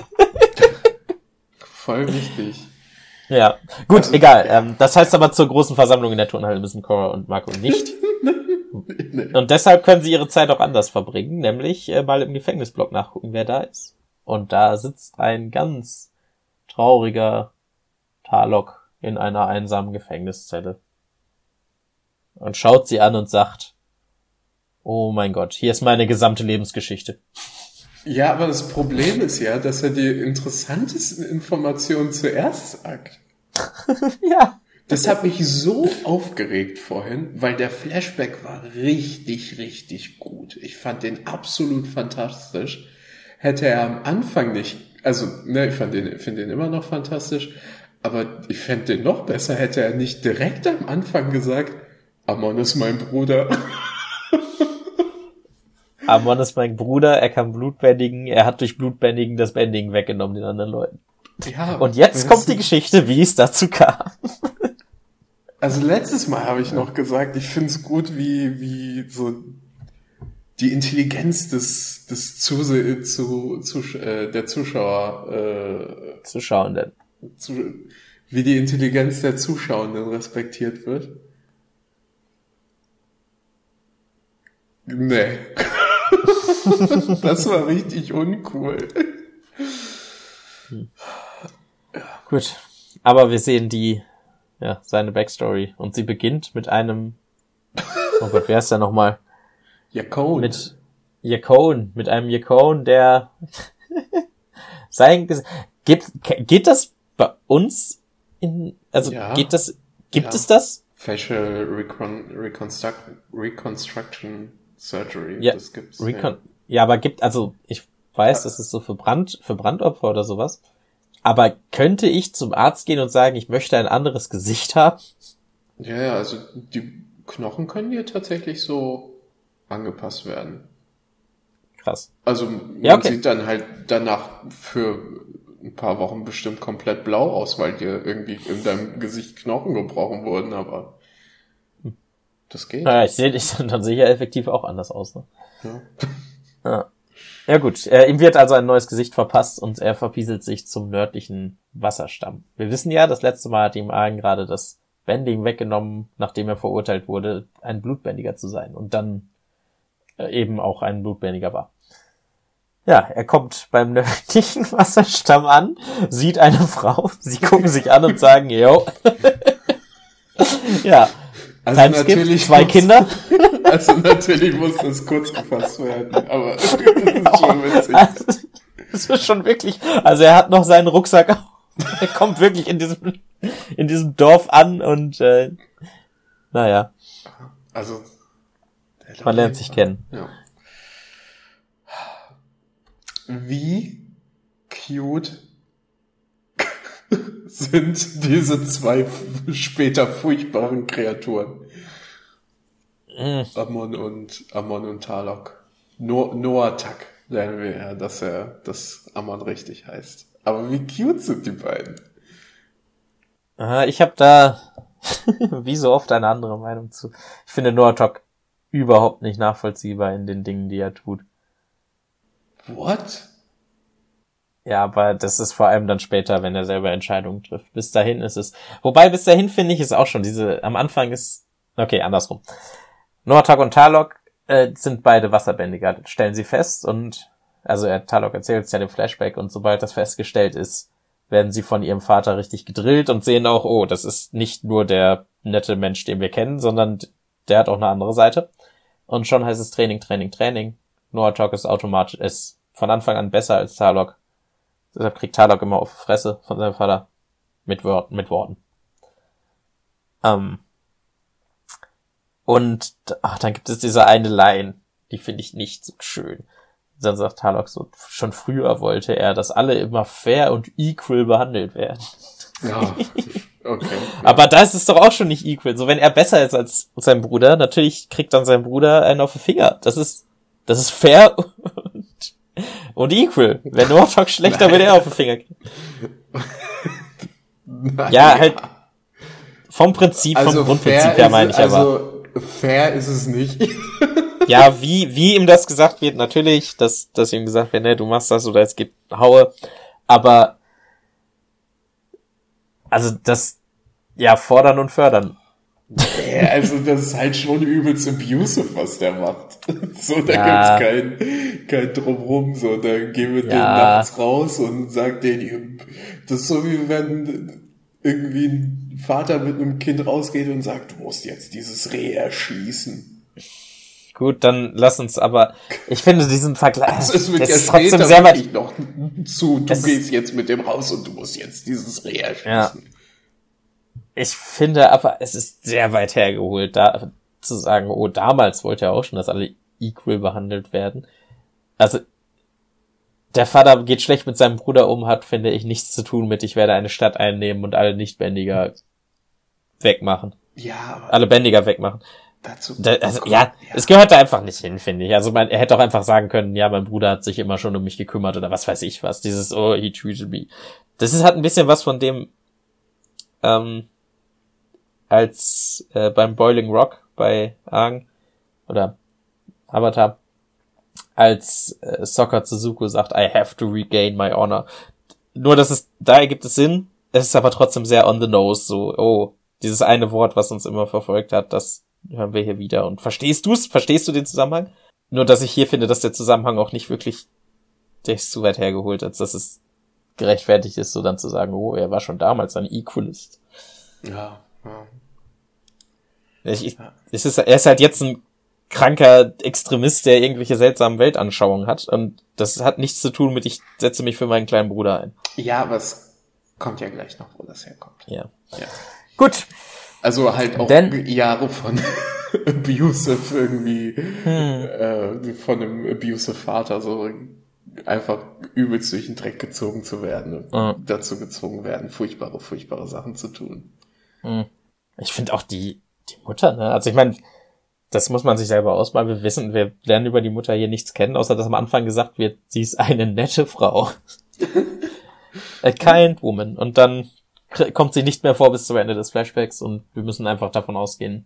S2: Voll wichtig.
S1: Ja, gut,
S2: also,
S1: egal. Ähm, das heißt aber, zur großen Versammlung in der Turnhalle müssen Korra und Marco nicht.
S2: nee.
S1: Und deshalb können sie ihre Zeit auch anders verbringen, nämlich äh, mal im Gefängnisblock nachgucken, wer da ist. Und da sitzt ein ganz trauriger Tarlok in einer einsamen Gefängniszelle. Und schaut sie an und sagt, oh mein Gott, hier ist meine gesamte Lebensgeschichte.
S2: Ja, aber das Problem ist ja, dass er die interessantesten Informationen zuerst sagt.
S1: Ja.
S2: Das hat mich so aufgeregt vorhin, weil der Flashback war richtig, richtig gut. Ich fand den absolut fantastisch. Hätte er am Anfang nicht, also, ne, ich fand den, finde den immer noch fantastisch, aber ich fände den noch besser, hätte er nicht direkt am Anfang gesagt, Amon ist mein Bruder.
S1: Amon ist mein Bruder, er kann Blut bändigen, er hat durch Blutbändigen das Bändigen weggenommen den anderen Leuten.
S2: Ja,
S1: und jetzt kommt die Geschichte, wie es dazu kam.
S2: Also letztes Mal habe ich noch gesagt, ich finde es gut, wie wie so die Intelligenz des des Zuse zu, zu äh, der Zuschauer äh,
S1: Zuschauenden,
S2: zu, wie die Intelligenz der Zuschauenden respektiert wird. Nee. Das war richtig uncool.
S1: Hm. Gut, aber wir sehen die, ja, seine Backstory und sie beginnt mit einem, oh Gott, wer ist der nochmal?
S2: Yakone.
S1: Mit Yakone, mit einem Yakone, der sein, geht, geht das bei uns in, also
S2: ja.
S1: geht das, gibt
S2: ja.
S1: es das?
S2: Facial Recon, Reconstruct, Reconstruction Surgery,
S1: ja,
S2: das gibt's.
S1: Recon, ja. ja, aber gibt, also ich weiß, das ist so für Brand, für Brandopfer oder sowas. Aber könnte ich zum Arzt gehen und sagen, ich möchte ein anderes Gesicht haben?
S2: Ja, ja, also die Knochen können hier tatsächlich so angepasst werden.
S1: Krass.
S2: Also man
S1: ja, okay.
S2: sieht dann halt danach für ein paar Wochen bestimmt komplett blau aus, weil dir irgendwie in deinem Gesicht Knochen gebrochen wurden, aber das geht.
S1: Naja, ich sehe, ich, dann sehe ich ja effektiv auch anders aus, ne?
S2: Ja.
S1: Ja. Ja gut, äh, ihm wird also ein neues Gesicht verpasst und er verpieselt sich zum nördlichen Wasserstamm. Wir wissen ja, das letzte Mal hat ihm Aang gerade das Bending weggenommen, nachdem er verurteilt wurde, ein Blutbändiger zu sein und dann äh, eben auch ein Blutbändiger war. Ja, er kommt beim nördlichen Wasserstamm an, sieht eine Frau, sie gucken sich an und sagen, yo. Ja.
S2: Also natürlich
S1: zwei
S2: muss,
S1: Kinder.
S2: Also natürlich muss das kurz gefasst werden, aber das ist schon witzig.
S1: Also, das ist schon wirklich, also er hat noch seinen Rucksack auf. Er kommt wirklich in diesem, in diesem Dorf an und, äh, naja.
S2: Also,
S1: man lernt sich kennen.
S2: Ja. Wie cute sind diese zwei später furchtbaren Kreaturen? Mm. Amon und Amon und Talok. No, Noatak lernen wir ja, dass er, dass Amon richtig heißt. Aber wie cute sind die beiden?
S1: Aha, ich habe da wie so oft eine andere Meinung zu. Ich finde Noatak überhaupt nicht nachvollziehbar in den Dingen, die er tut.
S2: What?
S1: Ja, aber das ist vor allem dann später, wenn er selber Entscheidungen trifft. Bis dahin ist es, wobei bis dahin finde ich es auch schon diese, am Anfang ist, okay, andersrum. Noatak und Talok äh, sind beide Wasserbändiger, das stellen sie fest und, also er, Talok erzählt es ja dem Flashback und sobald das festgestellt ist, werden sie von ihrem Vater richtig gedrillt und sehen auch, oh, das ist nicht nur der nette Mensch, den wir kennen, sondern der hat auch eine andere Seite. Und schon heißt es Training, Training, Training. Noatak ist automatisch, ist von Anfang an besser als Talok. Deshalb kriegt Talok immer auf die Fresse von seinem Vater. Mit Worten, mit Worten. Ähm. Und, ach, dann gibt es diese eine Line, die finde ich nicht so schön. Dann sagt Talok so, schon früher wollte er, dass alle immer fair und equal behandelt werden.
S2: Ja, okay.
S1: Aber das ist doch auch schon nicht equal. So, wenn er besser ist als sein Bruder, natürlich kriegt dann sein Bruder einen auf den Finger. Das ist, das ist fair und, und equal. Wenn Noatak schlechter, will er auf den Finger kriegen. Ja, halt, vom Prinzip, vom
S2: also
S1: Grundprinzip her meine ich
S2: also
S1: aber.
S2: Also, fair ist es nicht.
S1: Ja, wie, wie ihm das gesagt wird, natürlich, dass, dass ihm gesagt wird, ne, du machst das oder es gibt Haue. Aber, also das, ja, fordern und fördern.
S2: Ja, also das ist halt schon übelst abusive, was der macht. So, da
S1: ja.
S2: gibt's kein, kein Drumrum, so, da gehen wir
S1: ja.
S2: den nachts raus und sagt denen, das ist so wie wenn irgendwie ein Vater mit einem Kind rausgeht und sagt, du musst jetzt dieses Reh erschießen.
S1: Gut, dann lass uns aber, ich finde diesen Vergleich,
S2: also es wird
S1: das
S2: ja
S1: ist trotzdem
S2: später
S1: sehr
S2: wirklich noch zu, du
S1: es
S2: gehst jetzt mit dem raus und du musst jetzt dieses Reh erschießen.
S1: Ja. Ich finde aber, es ist sehr weit hergeholt, da zu sagen, oh, damals wollte er auch schon, dass alle equal behandelt werden. Also, der Vater geht schlecht mit seinem Bruder um, hat, finde ich, nichts zu tun mit, ich werde eine Stadt einnehmen und alle Nichtbändiger wegmachen.
S2: Ja, aber
S1: alle Bändiger wegmachen.
S2: Dazu,
S1: da, also,
S2: oh Gott,
S1: ja,
S2: ja,
S1: es gehört da einfach nicht hin, finde ich. Also man, er hätte auch einfach sagen können, ja, mein Bruder hat sich immer schon um mich gekümmert oder was weiß ich was. Dieses, oh, he treated me. Das ist halt ein bisschen was von dem, ähm, als äh, beim Boiling Rock bei Aang oder Avatar, als äh, Sokka zu Zuko sagt, I have to regain my honor. Nur, dass es, da ergibt es Sinn, es ist aber trotzdem sehr on the nose, so, oh, dieses eine Wort, was uns immer verfolgt hat, das hören wir hier wieder. Und verstehst du's? Verstehst du den Zusammenhang? Nur, dass ich hier finde, dass der Zusammenhang auch nicht wirklich, der ist zu weit hergeholt, als dass es gerechtfertigt ist, so dann zu sagen, oh, er war schon damals ein Equalist.
S2: Ja, ja.
S1: Ich, ich, es ist, er ist halt jetzt ein kranker Extremist, der irgendwelche seltsamen Weltanschauungen hat. Und das hat nichts zu tun mit, ich setze mich für meinen kleinen Bruder ein.
S2: Ja, aber es kommt ja gleich noch, wo das herkommt.
S1: Ja.
S2: Ja.
S1: Gut.
S2: Also halt auch Denn, Jahre von abusive irgendwie, hm. äh, von einem abusive Vater, so einfach übelst durch den Dreck gezogen zu werden und mhm. dazu gezwungen werden, furchtbare, furchtbare Sachen zu tun.
S1: Mhm. Ich finde auch die, die Mutter, ne, also ich meine, das muss man sich selber ausmalen. Wir wissen, wir lernen über die Mutter hier nichts kennen, außer dass am Anfang gesagt wird, sie ist eine nette Frau. A kind woman. Und dann kommt sie nicht mehr vor bis zum Ende des Flashbacks und wir müssen einfach davon ausgehen,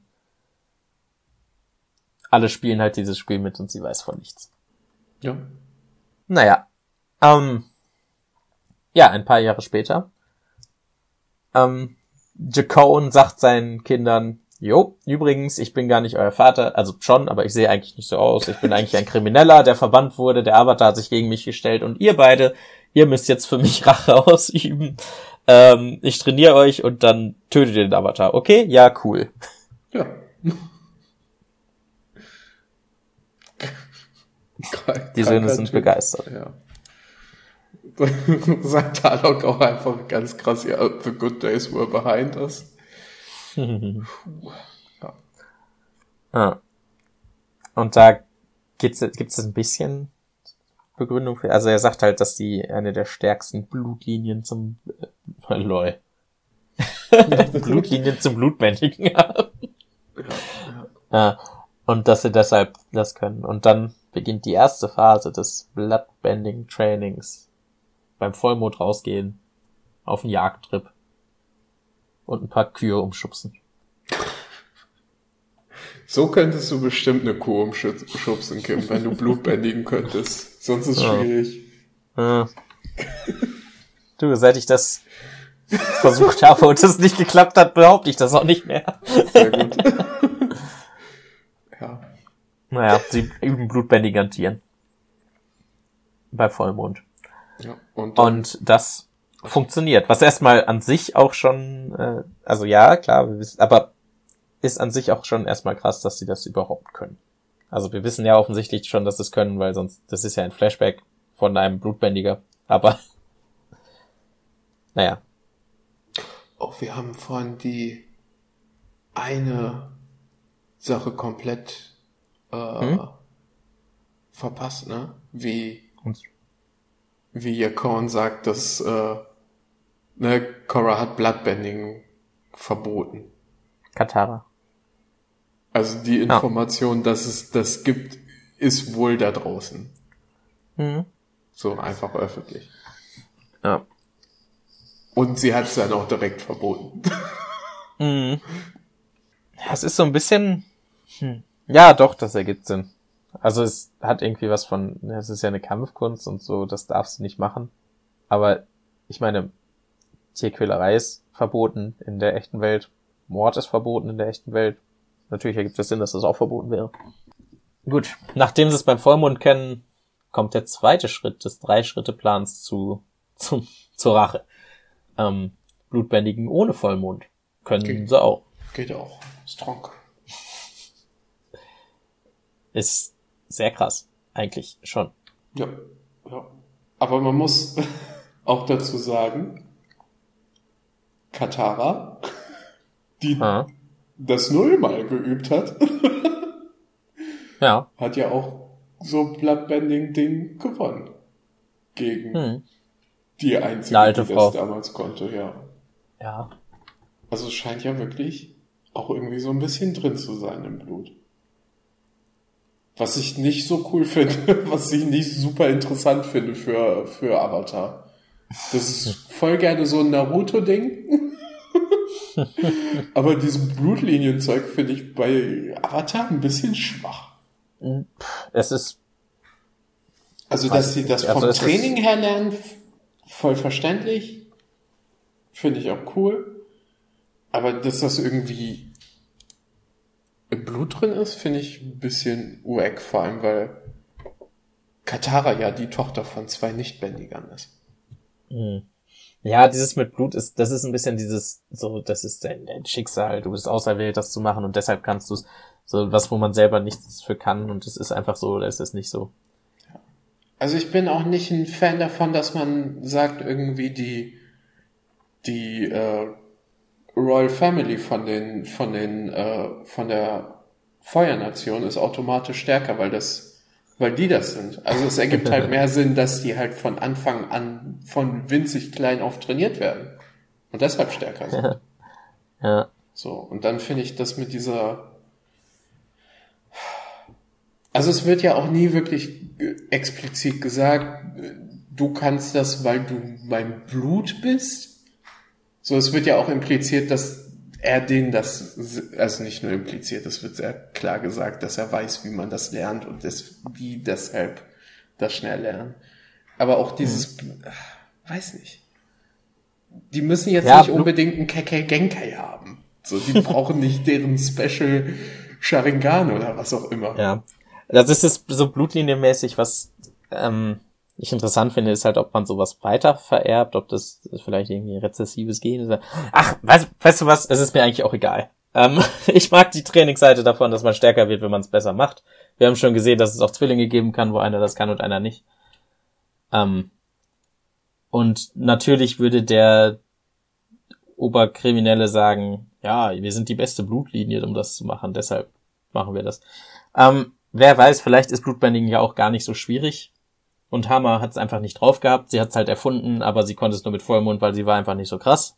S1: alle spielen halt dieses Spiel mit und sie weiß von nichts.
S2: Ja.
S1: Naja. Ähm, ja, ein paar Jahre später. Ähm, Jakone sagt seinen Kindern, jo, übrigens, ich bin gar nicht euer Vater, also schon, aber ich sehe eigentlich nicht so aus. Ich bin eigentlich ein Krimineller, der verbannt wurde, der Avatar hat sich gegen mich gestellt und ihr beide, ihr müsst jetzt für mich Rache ausüben. Ähm, ich trainiere euch und dann tötet ihr den Avatar. Okay? Ja, cool.
S2: Ja.
S1: Die Söhne sind begeistert.
S2: Ja. Sagt Tarlok auch einfach ganz krass, ja, the good days were behind us.
S1: Ja. Ah. Und da gibt's, gibt's ein bisschen Begründung für, also er sagt halt, dass die eine der stärksten Blutlinien zum, äh, lol. Blutlinien zum Blutbändigen haben.
S2: Ja, ja.
S1: Ja. Und dass sie deshalb das können. Und dann beginnt die erste Phase des Bloodbending Trainings. Beim Vollmond rausgehen, auf einen Jagdtrip und ein paar Kühe umschubsen.
S2: So könntest du bestimmt eine Kuh umschubsen, Kim, wenn du Blut bändigen könntest. Sonst ist es schwierig.
S1: Ja. Du, seit ich das versucht habe und es nicht geklappt hat, behaupte ich das auch nicht mehr.
S2: Sehr gut. Ja.
S1: Naja, sie üben Blutbändigen an Tieren. Bei Vollmond.
S2: Ja, und, dann,
S1: und das funktioniert. Was erstmal an sich auch schon, äh, also ja, klar, wir wissen, aber ist an sich auch schon erstmal krass, dass sie das überhaupt können. Also wir wissen ja offensichtlich schon, dass sie es können, weil sonst, das ist ja ein Flashback von einem Blutbändiger. Aber, naja.
S2: Oh, wir haben vorhin die eine Sache komplett äh, hm? verpasst, ne? Wie
S1: und?
S2: wie Yakon sagt, dass äh, ne, Korra hat Bloodbending verboten.
S1: Katara.
S2: Also die Information, ja. dass es das gibt, ist wohl da draußen.
S1: Mhm.
S2: So einfach öffentlich.
S1: Ja.
S2: Und sie hat es dann auch direkt verboten.
S1: Mhm. Ja, es ist so ein bisschen... Hm. Ja, doch, das ergibt Sinn. Also es hat irgendwie was von, es ist ja eine Kampfkunst und so, das darfst du nicht machen. Aber ich meine, Tierquälerei ist verboten in der echten Welt. Mord ist verboten in der echten Welt. Natürlich ergibt es Sinn, dass das auch verboten wäre. Gut, nachdem sie es beim Vollmond kennen, kommt der zweite Schritt des Drei-Schritte-Plans zu, zu, zur Rache. Ähm, Blutbändigen ohne Vollmond können Ge- sie auch.
S2: Geht auch. Strong.
S1: Ist sehr krass. Eigentlich schon.
S2: Ja, ja. Aber man muss auch dazu sagen, Katara, die ha. das nullmal geübt hat,
S1: ja.
S2: hat ja auch so Bloodbending-Ding gewonnen. Gegen hm. die einzige,
S1: alte
S2: die
S1: Frau.
S2: das damals konnte, ja.
S1: Ja.
S2: Also es scheint ja wirklich auch irgendwie so ein bisschen drin zu sein im Blut. Was ich nicht so cool finde, was ich nicht super interessant finde für, für Avatar. Das ist voll gerne so ein Naruto-Ding. Aber dieses Blutlinienzeug finde ich bei Avatar ein bisschen schwach.
S1: Es ist...
S2: Also, dass sie das vom also Training her lernen, voll verständlich. Finde ich auch cool. Aber dass das irgendwie im Blut drin ist, finde ich ein bisschen wack, vor allem, weil Katara ja die Tochter von zwei Nichtbändigern ist.
S1: Ja, dieses mit Blut ist, das ist ein bisschen dieses, so, das ist dein, dein Schicksal, du bist auserwählt, das zu machen und deshalb kannst du es, so was, wo man selber nichts für kann und es ist einfach so, oder ist es nicht so.
S2: Also ich bin auch nicht ein Fan davon, dass man sagt, irgendwie die, die, äh, Royal Family von den, von den, äh, von der Feuernation ist automatisch stärker, weil das, weil die das sind. Also es ergibt halt mehr Sinn, dass die halt von Anfang an von winzig klein auf trainiert werden. Und deshalb stärker sind.
S1: Ja.
S2: So. Und dann finde ich das mit dieser, also es wird ja auch nie wirklich explizit gesagt, du kannst das, weil du mein Blut bist. So, es wird ja auch impliziert, dass er denen das, also nicht nur impliziert, es wird sehr klar gesagt, dass er weiß, wie man das lernt und das, die deshalb das schnell lernen. Aber auch dieses, mhm. weiß nicht. Die müssen jetzt ja, nicht unbedingt einen Kekkei Genkai haben. So, die brauchen nicht deren Special Sharingan oder was auch immer.
S1: Ja, das ist es so blutlinienmäßig, was ähm, ich interessant finde, ist halt, ob man sowas weiter vererbt, ob das vielleicht irgendwie rezessives Gen ist. Ach, weißt, weißt du was, es ist mir eigentlich auch egal. Ähm, ich mag die Trainingsseite davon, dass man stärker wird, wenn man es besser macht. Wir haben schon gesehen, dass es auch Zwillinge geben kann, wo einer das kann und einer nicht. Ähm, und natürlich würde der Oberkriminelle sagen, ja, wir sind die beste Blutlinie, um das zu machen, deshalb machen wir das. Ähm, wer weiß, vielleicht ist Blutbändigen ja auch gar nicht so schwierig. Und Hammer hat es einfach nicht drauf gehabt. Sie hat es halt erfunden, aber sie konnte es nur mit Vollmond, weil sie war einfach nicht so krass.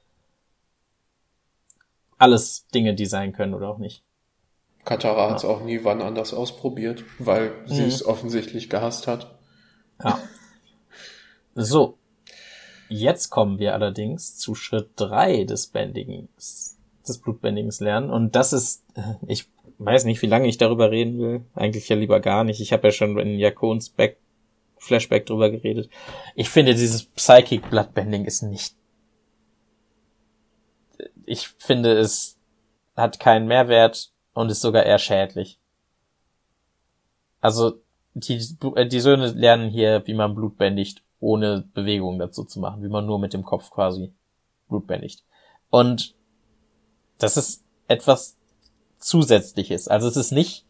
S1: Alles Dinge, die sein können oder auch nicht.
S2: Katara hat es auch nie wann anders ausprobiert, weil sie mhm. es offensichtlich gehasst hat.
S1: Ja. So. Jetzt kommen wir allerdings zu Schritt drei des Bändigens, des Blutbändigens lernen. Und das ist, ich weiß nicht, wie lange ich darüber reden will. Eigentlich ja lieber gar nicht. Ich habe ja schon in Jakons Back Flashback drüber geredet. Ich finde, dieses Psychic Bloodbending ist nicht... Ich finde, es hat keinen Mehrwert und ist sogar eher schädlich. Also, die, die Söhne lernen hier, wie man Blut bändigt, ohne Bewegung dazu zu machen, wie man nur mit dem Kopf quasi Blut bändigt. Und das ist etwas Zusätzliches. Also es ist nicht,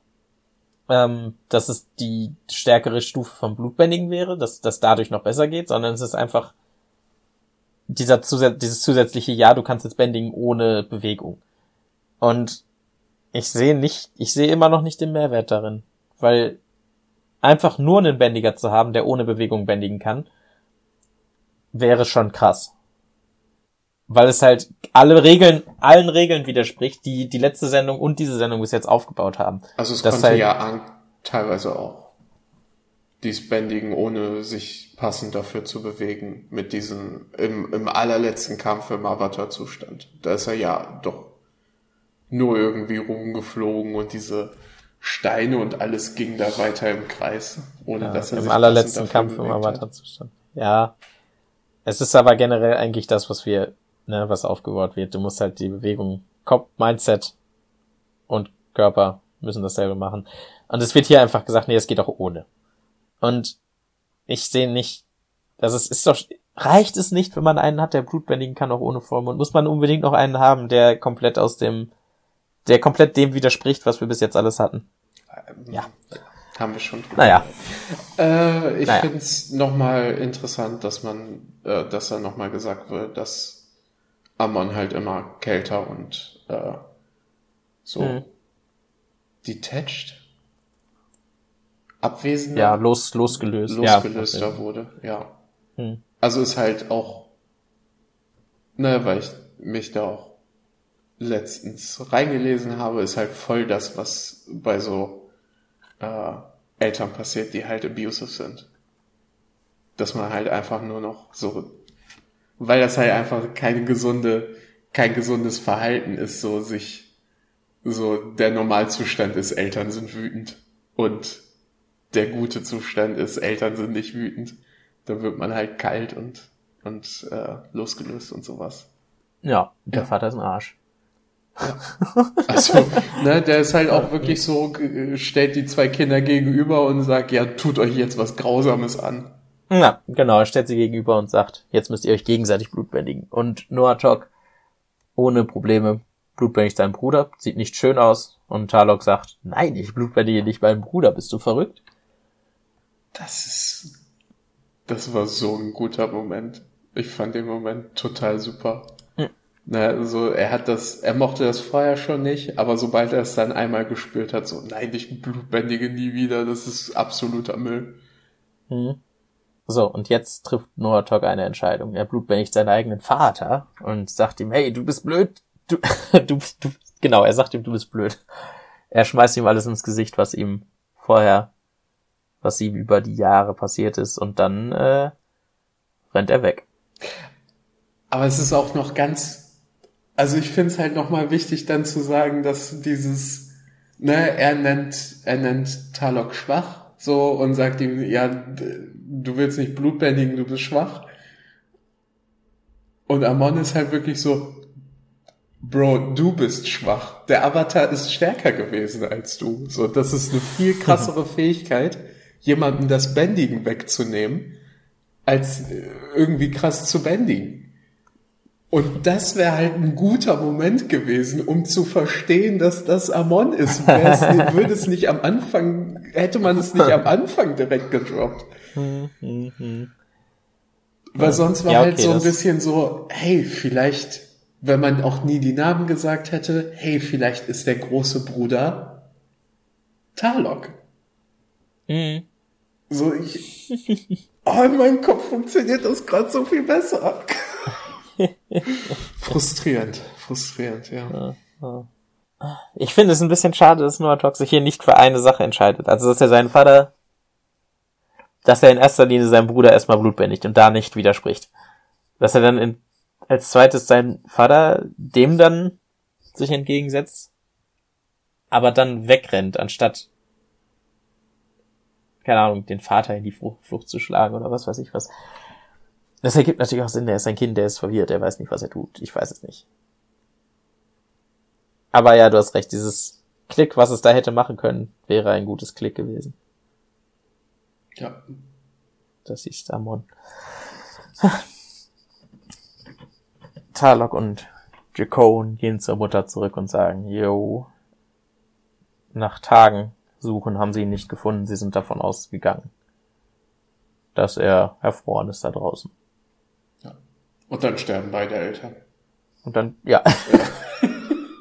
S1: ähm, dass es die stärkere Stufe vom Blutbändigen wäre, dass das dadurch noch besser geht, sondern es ist einfach dieser Zusä- dieses zusätzliche, ja, du kannst jetzt bändigen ohne Bewegung. Und ich sehe nicht, ich sehe immer noch nicht den Mehrwert darin, weil einfach nur einen Bändiger zu haben, der ohne Bewegung bändigen kann, wäre schon krass. Weil es halt alle Regeln, allen Regeln widerspricht, die die letzte Sendung und diese Sendung bis jetzt aufgebaut haben.
S2: Also es
S1: das
S2: konnte
S1: halt,
S2: ja an, teilweise auch dies bändigen, ohne sich passend dafür zu bewegen, mit diesem, im, im allerletzten Kampf im Avatar-Zustand. Da ist er ja doch nur irgendwie rumgeflogen und diese Steine und alles ging da weiter im Kreis, ohne
S1: ja,
S2: dass er
S1: im
S2: sich
S1: allerletzten Kampf im Avatar-Zustand. Ja. Es ist aber generell eigentlich das, was wir, ne, was aufgebaut wird. Du musst halt die Bewegung, Kopf, Mindset und Körper müssen dasselbe machen. Und es wird hier einfach gesagt, nee, es geht auch ohne. Und ich sehe nicht, also es ist doch, reicht es nicht, wenn man einen hat, der Blut bändigen kann, auch ohne Vollmond? Muss man unbedingt noch einen haben, der komplett aus dem, der komplett dem widerspricht, was wir bis jetzt alles hatten?
S2: Ähm, ja. Haben wir schon.
S1: Naja.
S2: Äh, ich
S1: naja.
S2: finde es nochmal interessant, dass man, äh, dass da nochmal gesagt wird, dass Amon halt immer kälter und äh, so mhm. detached, abwesender,
S1: ja, los, losgelöst,
S2: losgelöster
S1: ja,
S2: wurde, ja.
S1: Mhm.
S2: Also ist halt auch, ne, weil ich mich da auch letztens reingelesen habe, ist halt voll das, was bei so äh, Eltern passiert, die halt abusive sind. Dass man halt einfach nur noch so, weil das halt einfach keine gesunde, kein gesundes Verhalten ist, so sich, so der Normalzustand ist, Eltern sind wütend und der gute Zustand ist, Eltern sind nicht wütend. Da wird man halt kalt und und äh, losgelöst und sowas.
S1: Ja, der ja. Vater ist ein Arsch.
S2: Ja. Also, ne, der ist halt auch wirklich so, stellt die zwei Kinder gegenüber und sagt, ja, tut euch jetzt was Grausames an.
S1: Ja, genau, er stellt sie gegenüber und sagt, jetzt müsst ihr euch gegenseitig blutbändigen. Und Noatok, ohne Probleme, blutbändigt seinen Bruder, sieht nicht schön aus. Und Tarlok sagt, nein, ich blutbändige nicht meinen Bruder, bist du verrückt?
S2: Das ist, das war so ein guter Moment. Ich fand den Moment total super. Hm. Na, also er hat das, er mochte das vorher schon nicht, aber sobald er es dann einmal gespürt hat, so, nein, ich blutbändige nie wieder, das ist absoluter Müll.
S1: Hm. So, und jetzt trifft Noatok eine Entscheidung. Er blutbändigt seinen eigenen Vater und sagt ihm, hey, du bist blöd. Du, du, du, genau, er sagt ihm, du bist blöd. Er schmeißt ihm alles ins Gesicht, was ihm vorher, was ihm über die Jahre passiert ist, und dann äh, rennt er weg.
S2: Aber es ist auch noch ganz, also ich finde es halt nochmal wichtig dann zu sagen, dass dieses, ne, er nennt, er nennt Tarlok schwach, so, und sagt ihm, ja, du willst nicht blutbändigen, du bist schwach. Und Amon ist halt wirklich so, Bro, du bist schwach. Der Avatar ist stärker gewesen als du. So, das ist eine viel krassere Fähigkeit, jemandem das Bändigen wegzunehmen, als irgendwie krass zu bändigen. Und das wäre halt ein guter Moment gewesen, um zu verstehen, dass das Amon ist. Wär's, würde es nicht am Anfang, hätte man es nicht am Anfang direkt gedroppt. Weil sonst war ja, okay, halt so ein bisschen so, hey, vielleicht, wenn man auch nie die Namen gesagt hätte, hey, vielleicht ist der große Bruder Tarlok. Mhm. So, ich, oh, in meinem Kopf funktioniert das gerade so viel besser. frustrierend, frustrierend, ja.
S1: Ich finde es ein bisschen schade, dass Noah sich hier nicht für eine Sache entscheidet. Also, dass er seinen Vater, dass er in erster Linie seinen Bruder erstmal blutbändigt und da nicht widerspricht. Dass er dann in, als zweites seinen Vater dem dann sich entgegensetzt, aber dann wegrennt, anstatt, keine Ahnung, den Vater in die Flucht, Flucht zu schlagen oder was weiß ich was. Das ergibt natürlich auch Sinn, der ist ein Kind, der ist verwirrt, der weiß nicht, was er tut. Ich weiß es nicht. Aber ja, du hast recht, dieses Klick, was es da hätte machen können, wäre ein gutes Klick gewesen.
S2: Ja.
S1: Das ist Amon. Tarlok und Jakone gehen zur Mutter zurück und sagen, yo, nach Tagen suchen haben sie ihn nicht gefunden, sie sind davon ausgegangen, dass er erfroren ist da draußen.
S2: Ja. Und dann sterben beide Eltern.
S1: Und dann, ja. Ja.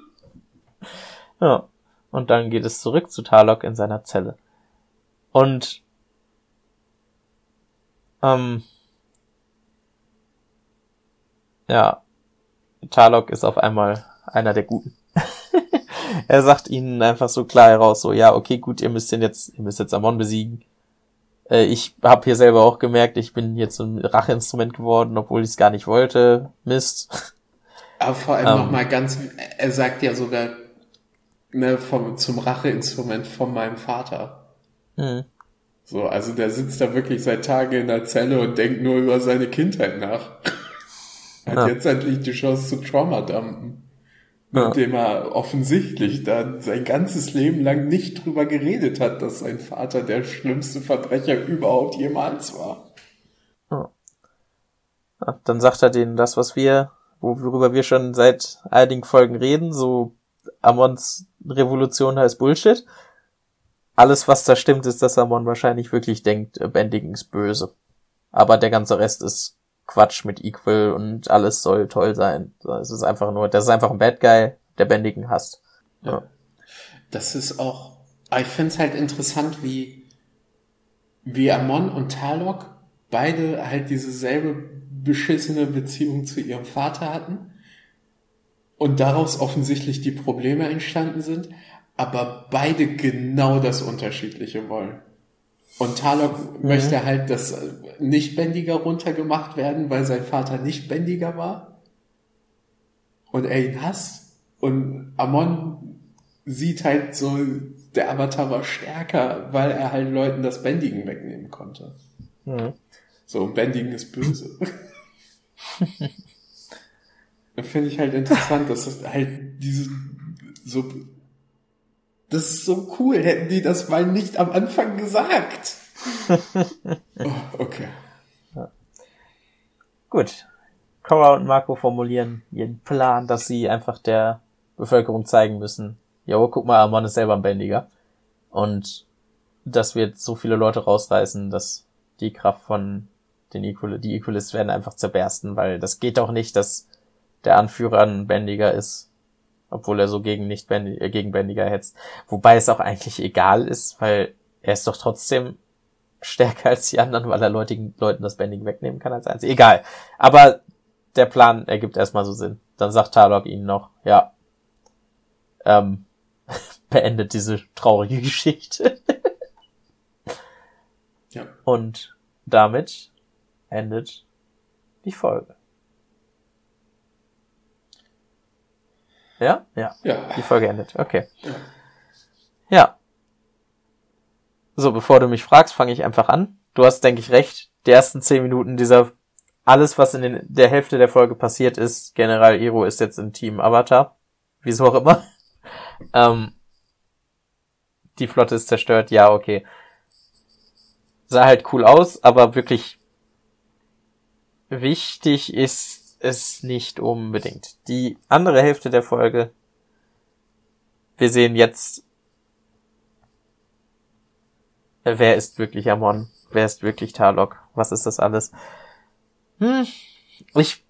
S1: Ja. Und dann geht es zurück zu Tarlok in seiner Zelle. Und ähm, ja, Tarlok ist auf einmal einer der Guten. Er sagt ihnen einfach so klar heraus, so, ja, okay, gut, ihr müsst den jetzt, ihr müsst jetzt Amon besiegen. Äh, ich habe hier selber auch gemerkt, ich bin jetzt so ein Racheinstrument geworden, obwohl ich es gar nicht wollte. Mist.
S2: Aber vor allem ähm, nochmal ganz, er sagt ja sogar, ne, vom, zum Racheinstrument von meinem Vater. Mhm. So, also der sitzt da wirklich seit Tagen in der Zelle und denkt nur über seine Kindheit nach. Hat ja. jetzt endlich die Chance zu Trauma-dumpen. Ja. Mit dem er offensichtlich dann sein ganzes Leben lang nicht drüber geredet hat, dass sein Vater der schlimmste Verbrecher überhaupt jemals war.
S1: Ja. Ja, dann sagt er denen das, was wir, worüber wir schon seit einigen Folgen reden, so Amons Revolution heißt Bullshit. Alles, was da stimmt, ist, dass Amon wahrscheinlich wirklich denkt, Bändigen ist böse. Aber der ganze Rest ist Quatsch mit Equal und alles soll toll sein. Es ist einfach nur, das ist einfach ein Bad Guy, der Bändigen hasst. Ja. Ja.
S2: Das ist auch, ich finde es halt interessant, wie, wie Amon und Tarlok beide halt diese selbe beschissene Beziehung zu ihrem Vater hatten und daraus offensichtlich die Probleme entstanden sind, aber beide genau das Unterschiedliche wollen. Und Tarlok mhm. möchte halt, dass Nichtbändiger runtergemacht werden, weil sein Vater Nichtbändiger war und er ihn hasst. Und Amon sieht halt so, der Avatar war stärker, weil er halt Leuten das Bändigen wegnehmen konnte. Mhm. So, und Bändigen ist böse. Da finde ich halt interessant, dass das halt diese so, das ist so cool, hätten die das mal nicht am Anfang gesagt. Oh, okay.
S1: Ja. Gut. Korra und Marco formulieren ihren Plan, dass sie einfach der Bevölkerung zeigen müssen, jo, guck mal, Amon ist selber ein Bändiger. Und das wird so viele Leute rausreißen, dass die Kraft von den Equal, die Equalists werden einfach zerbersten, weil das geht doch nicht, dass der Anführer ein Bändiger ist. Obwohl er so gegen nicht Bändiger, äh, gegen Bändiger hetzt. Wobei es auch eigentlich egal ist, weil er ist doch trotzdem stärker als die anderen, weil er Leuten, Leuten das Bändigen wegnehmen kann als eins. Egal. Aber der Plan ergibt erstmal so Sinn. Dann sagt Tarlok ihnen noch, ja, ähm, beendet diese traurige Geschichte.
S2: Ja.
S1: Und damit endet die Folge. Ja? Ja?
S2: Ja.
S1: Die Folge endet. Okay. Ja. Ja. So, bevor du mich fragst, fange ich einfach an. Du hast, denke ich, recht. Die ersten zehn Minuten dieser alles, was in den, der Hälfte der Folge passiert ist, General Iroh ist jetzt im Team Avatar. Wieso auch immer. ähm, die Flotte ist zerstört, ja, okay. Sah halt cool aus, aber wirklich wichtig ist es nicht unbedingt. Die andere Hälfte der Folge, wir sehen jetzt, wer ist wirklich Amon? Wer ist wirklich Tarlok? Was ist das alles? Hm, ich,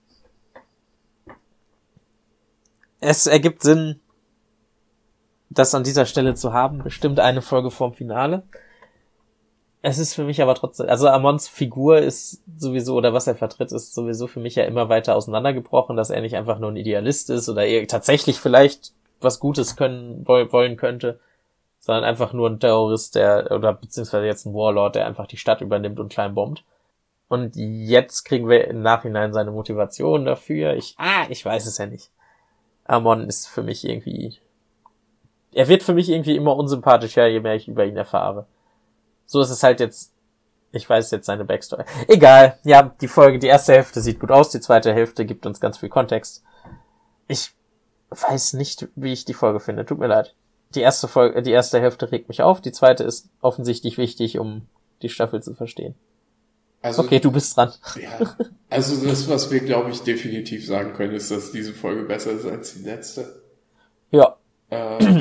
S1: es ergibt Sinn, das an dieser Stelle zu haben. Bestimmt eine Folge vorm Finale. Es ist für mich aber trotzdem, also Amons Figur ist sowieso, oder was er vertritt, ist sowieso für mich ja immer weiter auseinandergebrochen, dass er nicht einfach nur ein Idealist ist oder er tatsächlich vielleicht was Gutes können wollen könnte, sondern einfach nur ein Terrorist, der, oder beziehungsweise jetzt ein Warlord, der einfach die Stadt übernimmt und klein bombt. Und jetzt kriegen wir im Nachhinein seine Motivation dafür. Ich, ah, ich weiß es ja nicht. Amon ist für mich irgendwie, er wird für mich irgendwie immer unsympathischer, je mehr ich über ihn erfahre. So ist es halt jetzt, ich weiß jetzt seine Backstory. Egal, ja, die Folge, die erste Hälfte sieht gut aus, die zweite Hälfte gibt uns ganz viel Kontext. Ich weiß nicht, wie ich die Folge finde, tut mir leid. Die erste Folge, die erste Hälfte regt mich auf, die zweite ist offensichtlich wichtig, um die Staffel zu verstehen. Also, okay, du bist dran.
S2: Ja, also das, was wir, glaube ich, definitiv sagen können, ist, dass diese Folge besser ist als die letzte.
S1: Ja.
S2: Äh,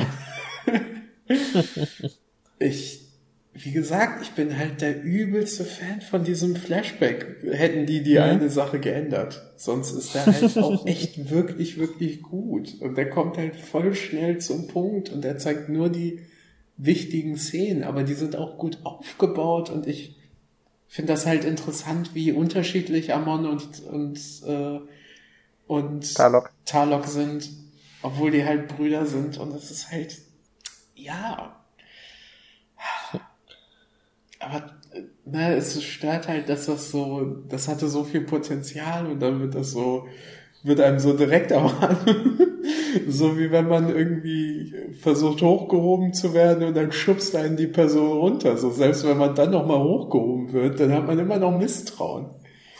S2: ich, wie gesagt, ich bin halt der übelste Fan von diesem Flashback. Hätten die die mhm. eine Sache geändert. Sonst ist der halt auch echt wirklich, wirklich gut. Und der kommt halt voll schnell zum Punkt und er zeigt nur die wichtigen Szenen, aber die sind auch gut aufgebaut und ich finde das halt interessant, wie unterschiedlich Amon und und äh, und
S1: Tarlok.
S2: Tarlok sind, obwohl die halt Brüder sind und es ist halt, ja, aber ne, es stört halt, dass das so, das hatte so viel Potenzial und dann wird das so, wird einem so direkt am so wie wenn man irgendwie versucht hochgehoben zu werden und dann schubst einen die Person runter. So selbst wenn man dann nochmal hochgehoben wird, dann hat man immer noch Misstrauen.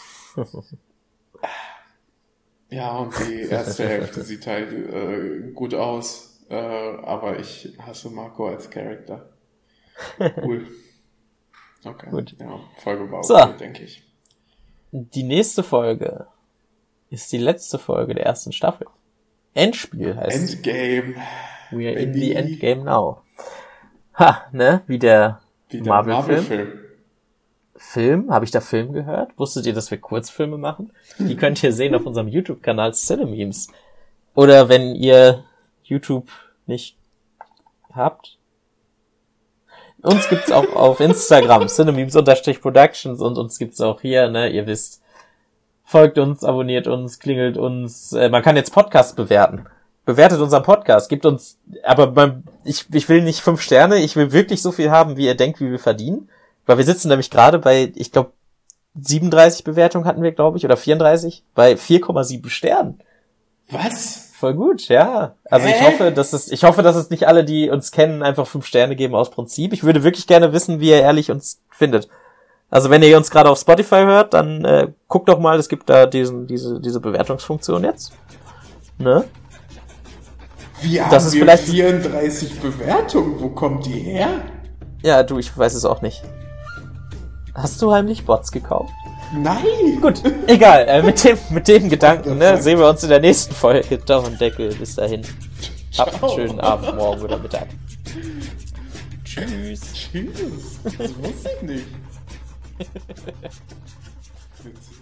S2: Ja, und die erste Hälfte sieht halt äh, gut aus, äh, aber ich hasse Marco als Charakter. Cool. Okay.
S1: Gut.
S2: Ja, Folge war
S1: so.
S2: Okay, denke ich.
S1: Die nächste Folge ist die letzte Folge der ersten Staffel. Endspiel heißt
S2: Endgame.
S1: We are Baby. In the Endgame now. Ha, ne? Wie der,
S2: Wie der
S1: Marvel-Film.
S2: Marvel-Film.
S1: Film? Habe ich da Film gehört? Wusstet ihr, dass wir Kurzfilme machen? Die könnt ihr sehen auf unserem YouTube-Kanal Cinememes. Oder wenn ihr YouTube nicht habt. Uns gibt's auch auf Instagram, cinememes-productions und uns gibt's auch hier, ne? Ihr wisst, folgt uns, abonniert uns, klingelt uns. Äh, man kann jetzt Podcasts bewerten. Bewertet unseren Podcast, gibt uns, aber man, ich, ich will nicht fünf Sterne, ich will wirklich so viel haben, wie ihr denkt, wie wir verdienen. Weil wir sitzen nämlich gerade bei, ich glaube, siebenunddreißig Bewertungen hatten wir, glaube ich, oder vierunddreißig, bei vier Komma sieben Sternen.
S2: Was?
S1: Voll gut, ja. Also Hä? ich hoffe, dass es, ich hoffe, dass es nicht alle, die uns kennen, einfach fünf Sterne geben aus Prinzip. Ich würde wirklich gerne wissen, wie ihr ehrlich uns findet. Also wenn ihr uns gerade auf Spotify hört, dann äh, guckt doch mal, es gibt da diesen, diese, diese Bewertungsfunktion jetzt. Ne?
S2: Wie haben
S1: das ist
S2: wir
S1: vielleicht
S2: vierunddreißig Bewertungen? Wo kommt die her?
S1: Ja, du, ich weiß es auch nicht. Hast du heimlich Bots gekauft?
S2: Nein!
S1: Gut, egal. Äh, mit dem mit dem Gedanken ne, sehen wir uns in der nächsten Folge. Daumen Deckel. Bis dahin. Habt einen schönen Abend, morgen oder Mittag. Tschüss.
S2: Tschüss. Das wusste ich nicht.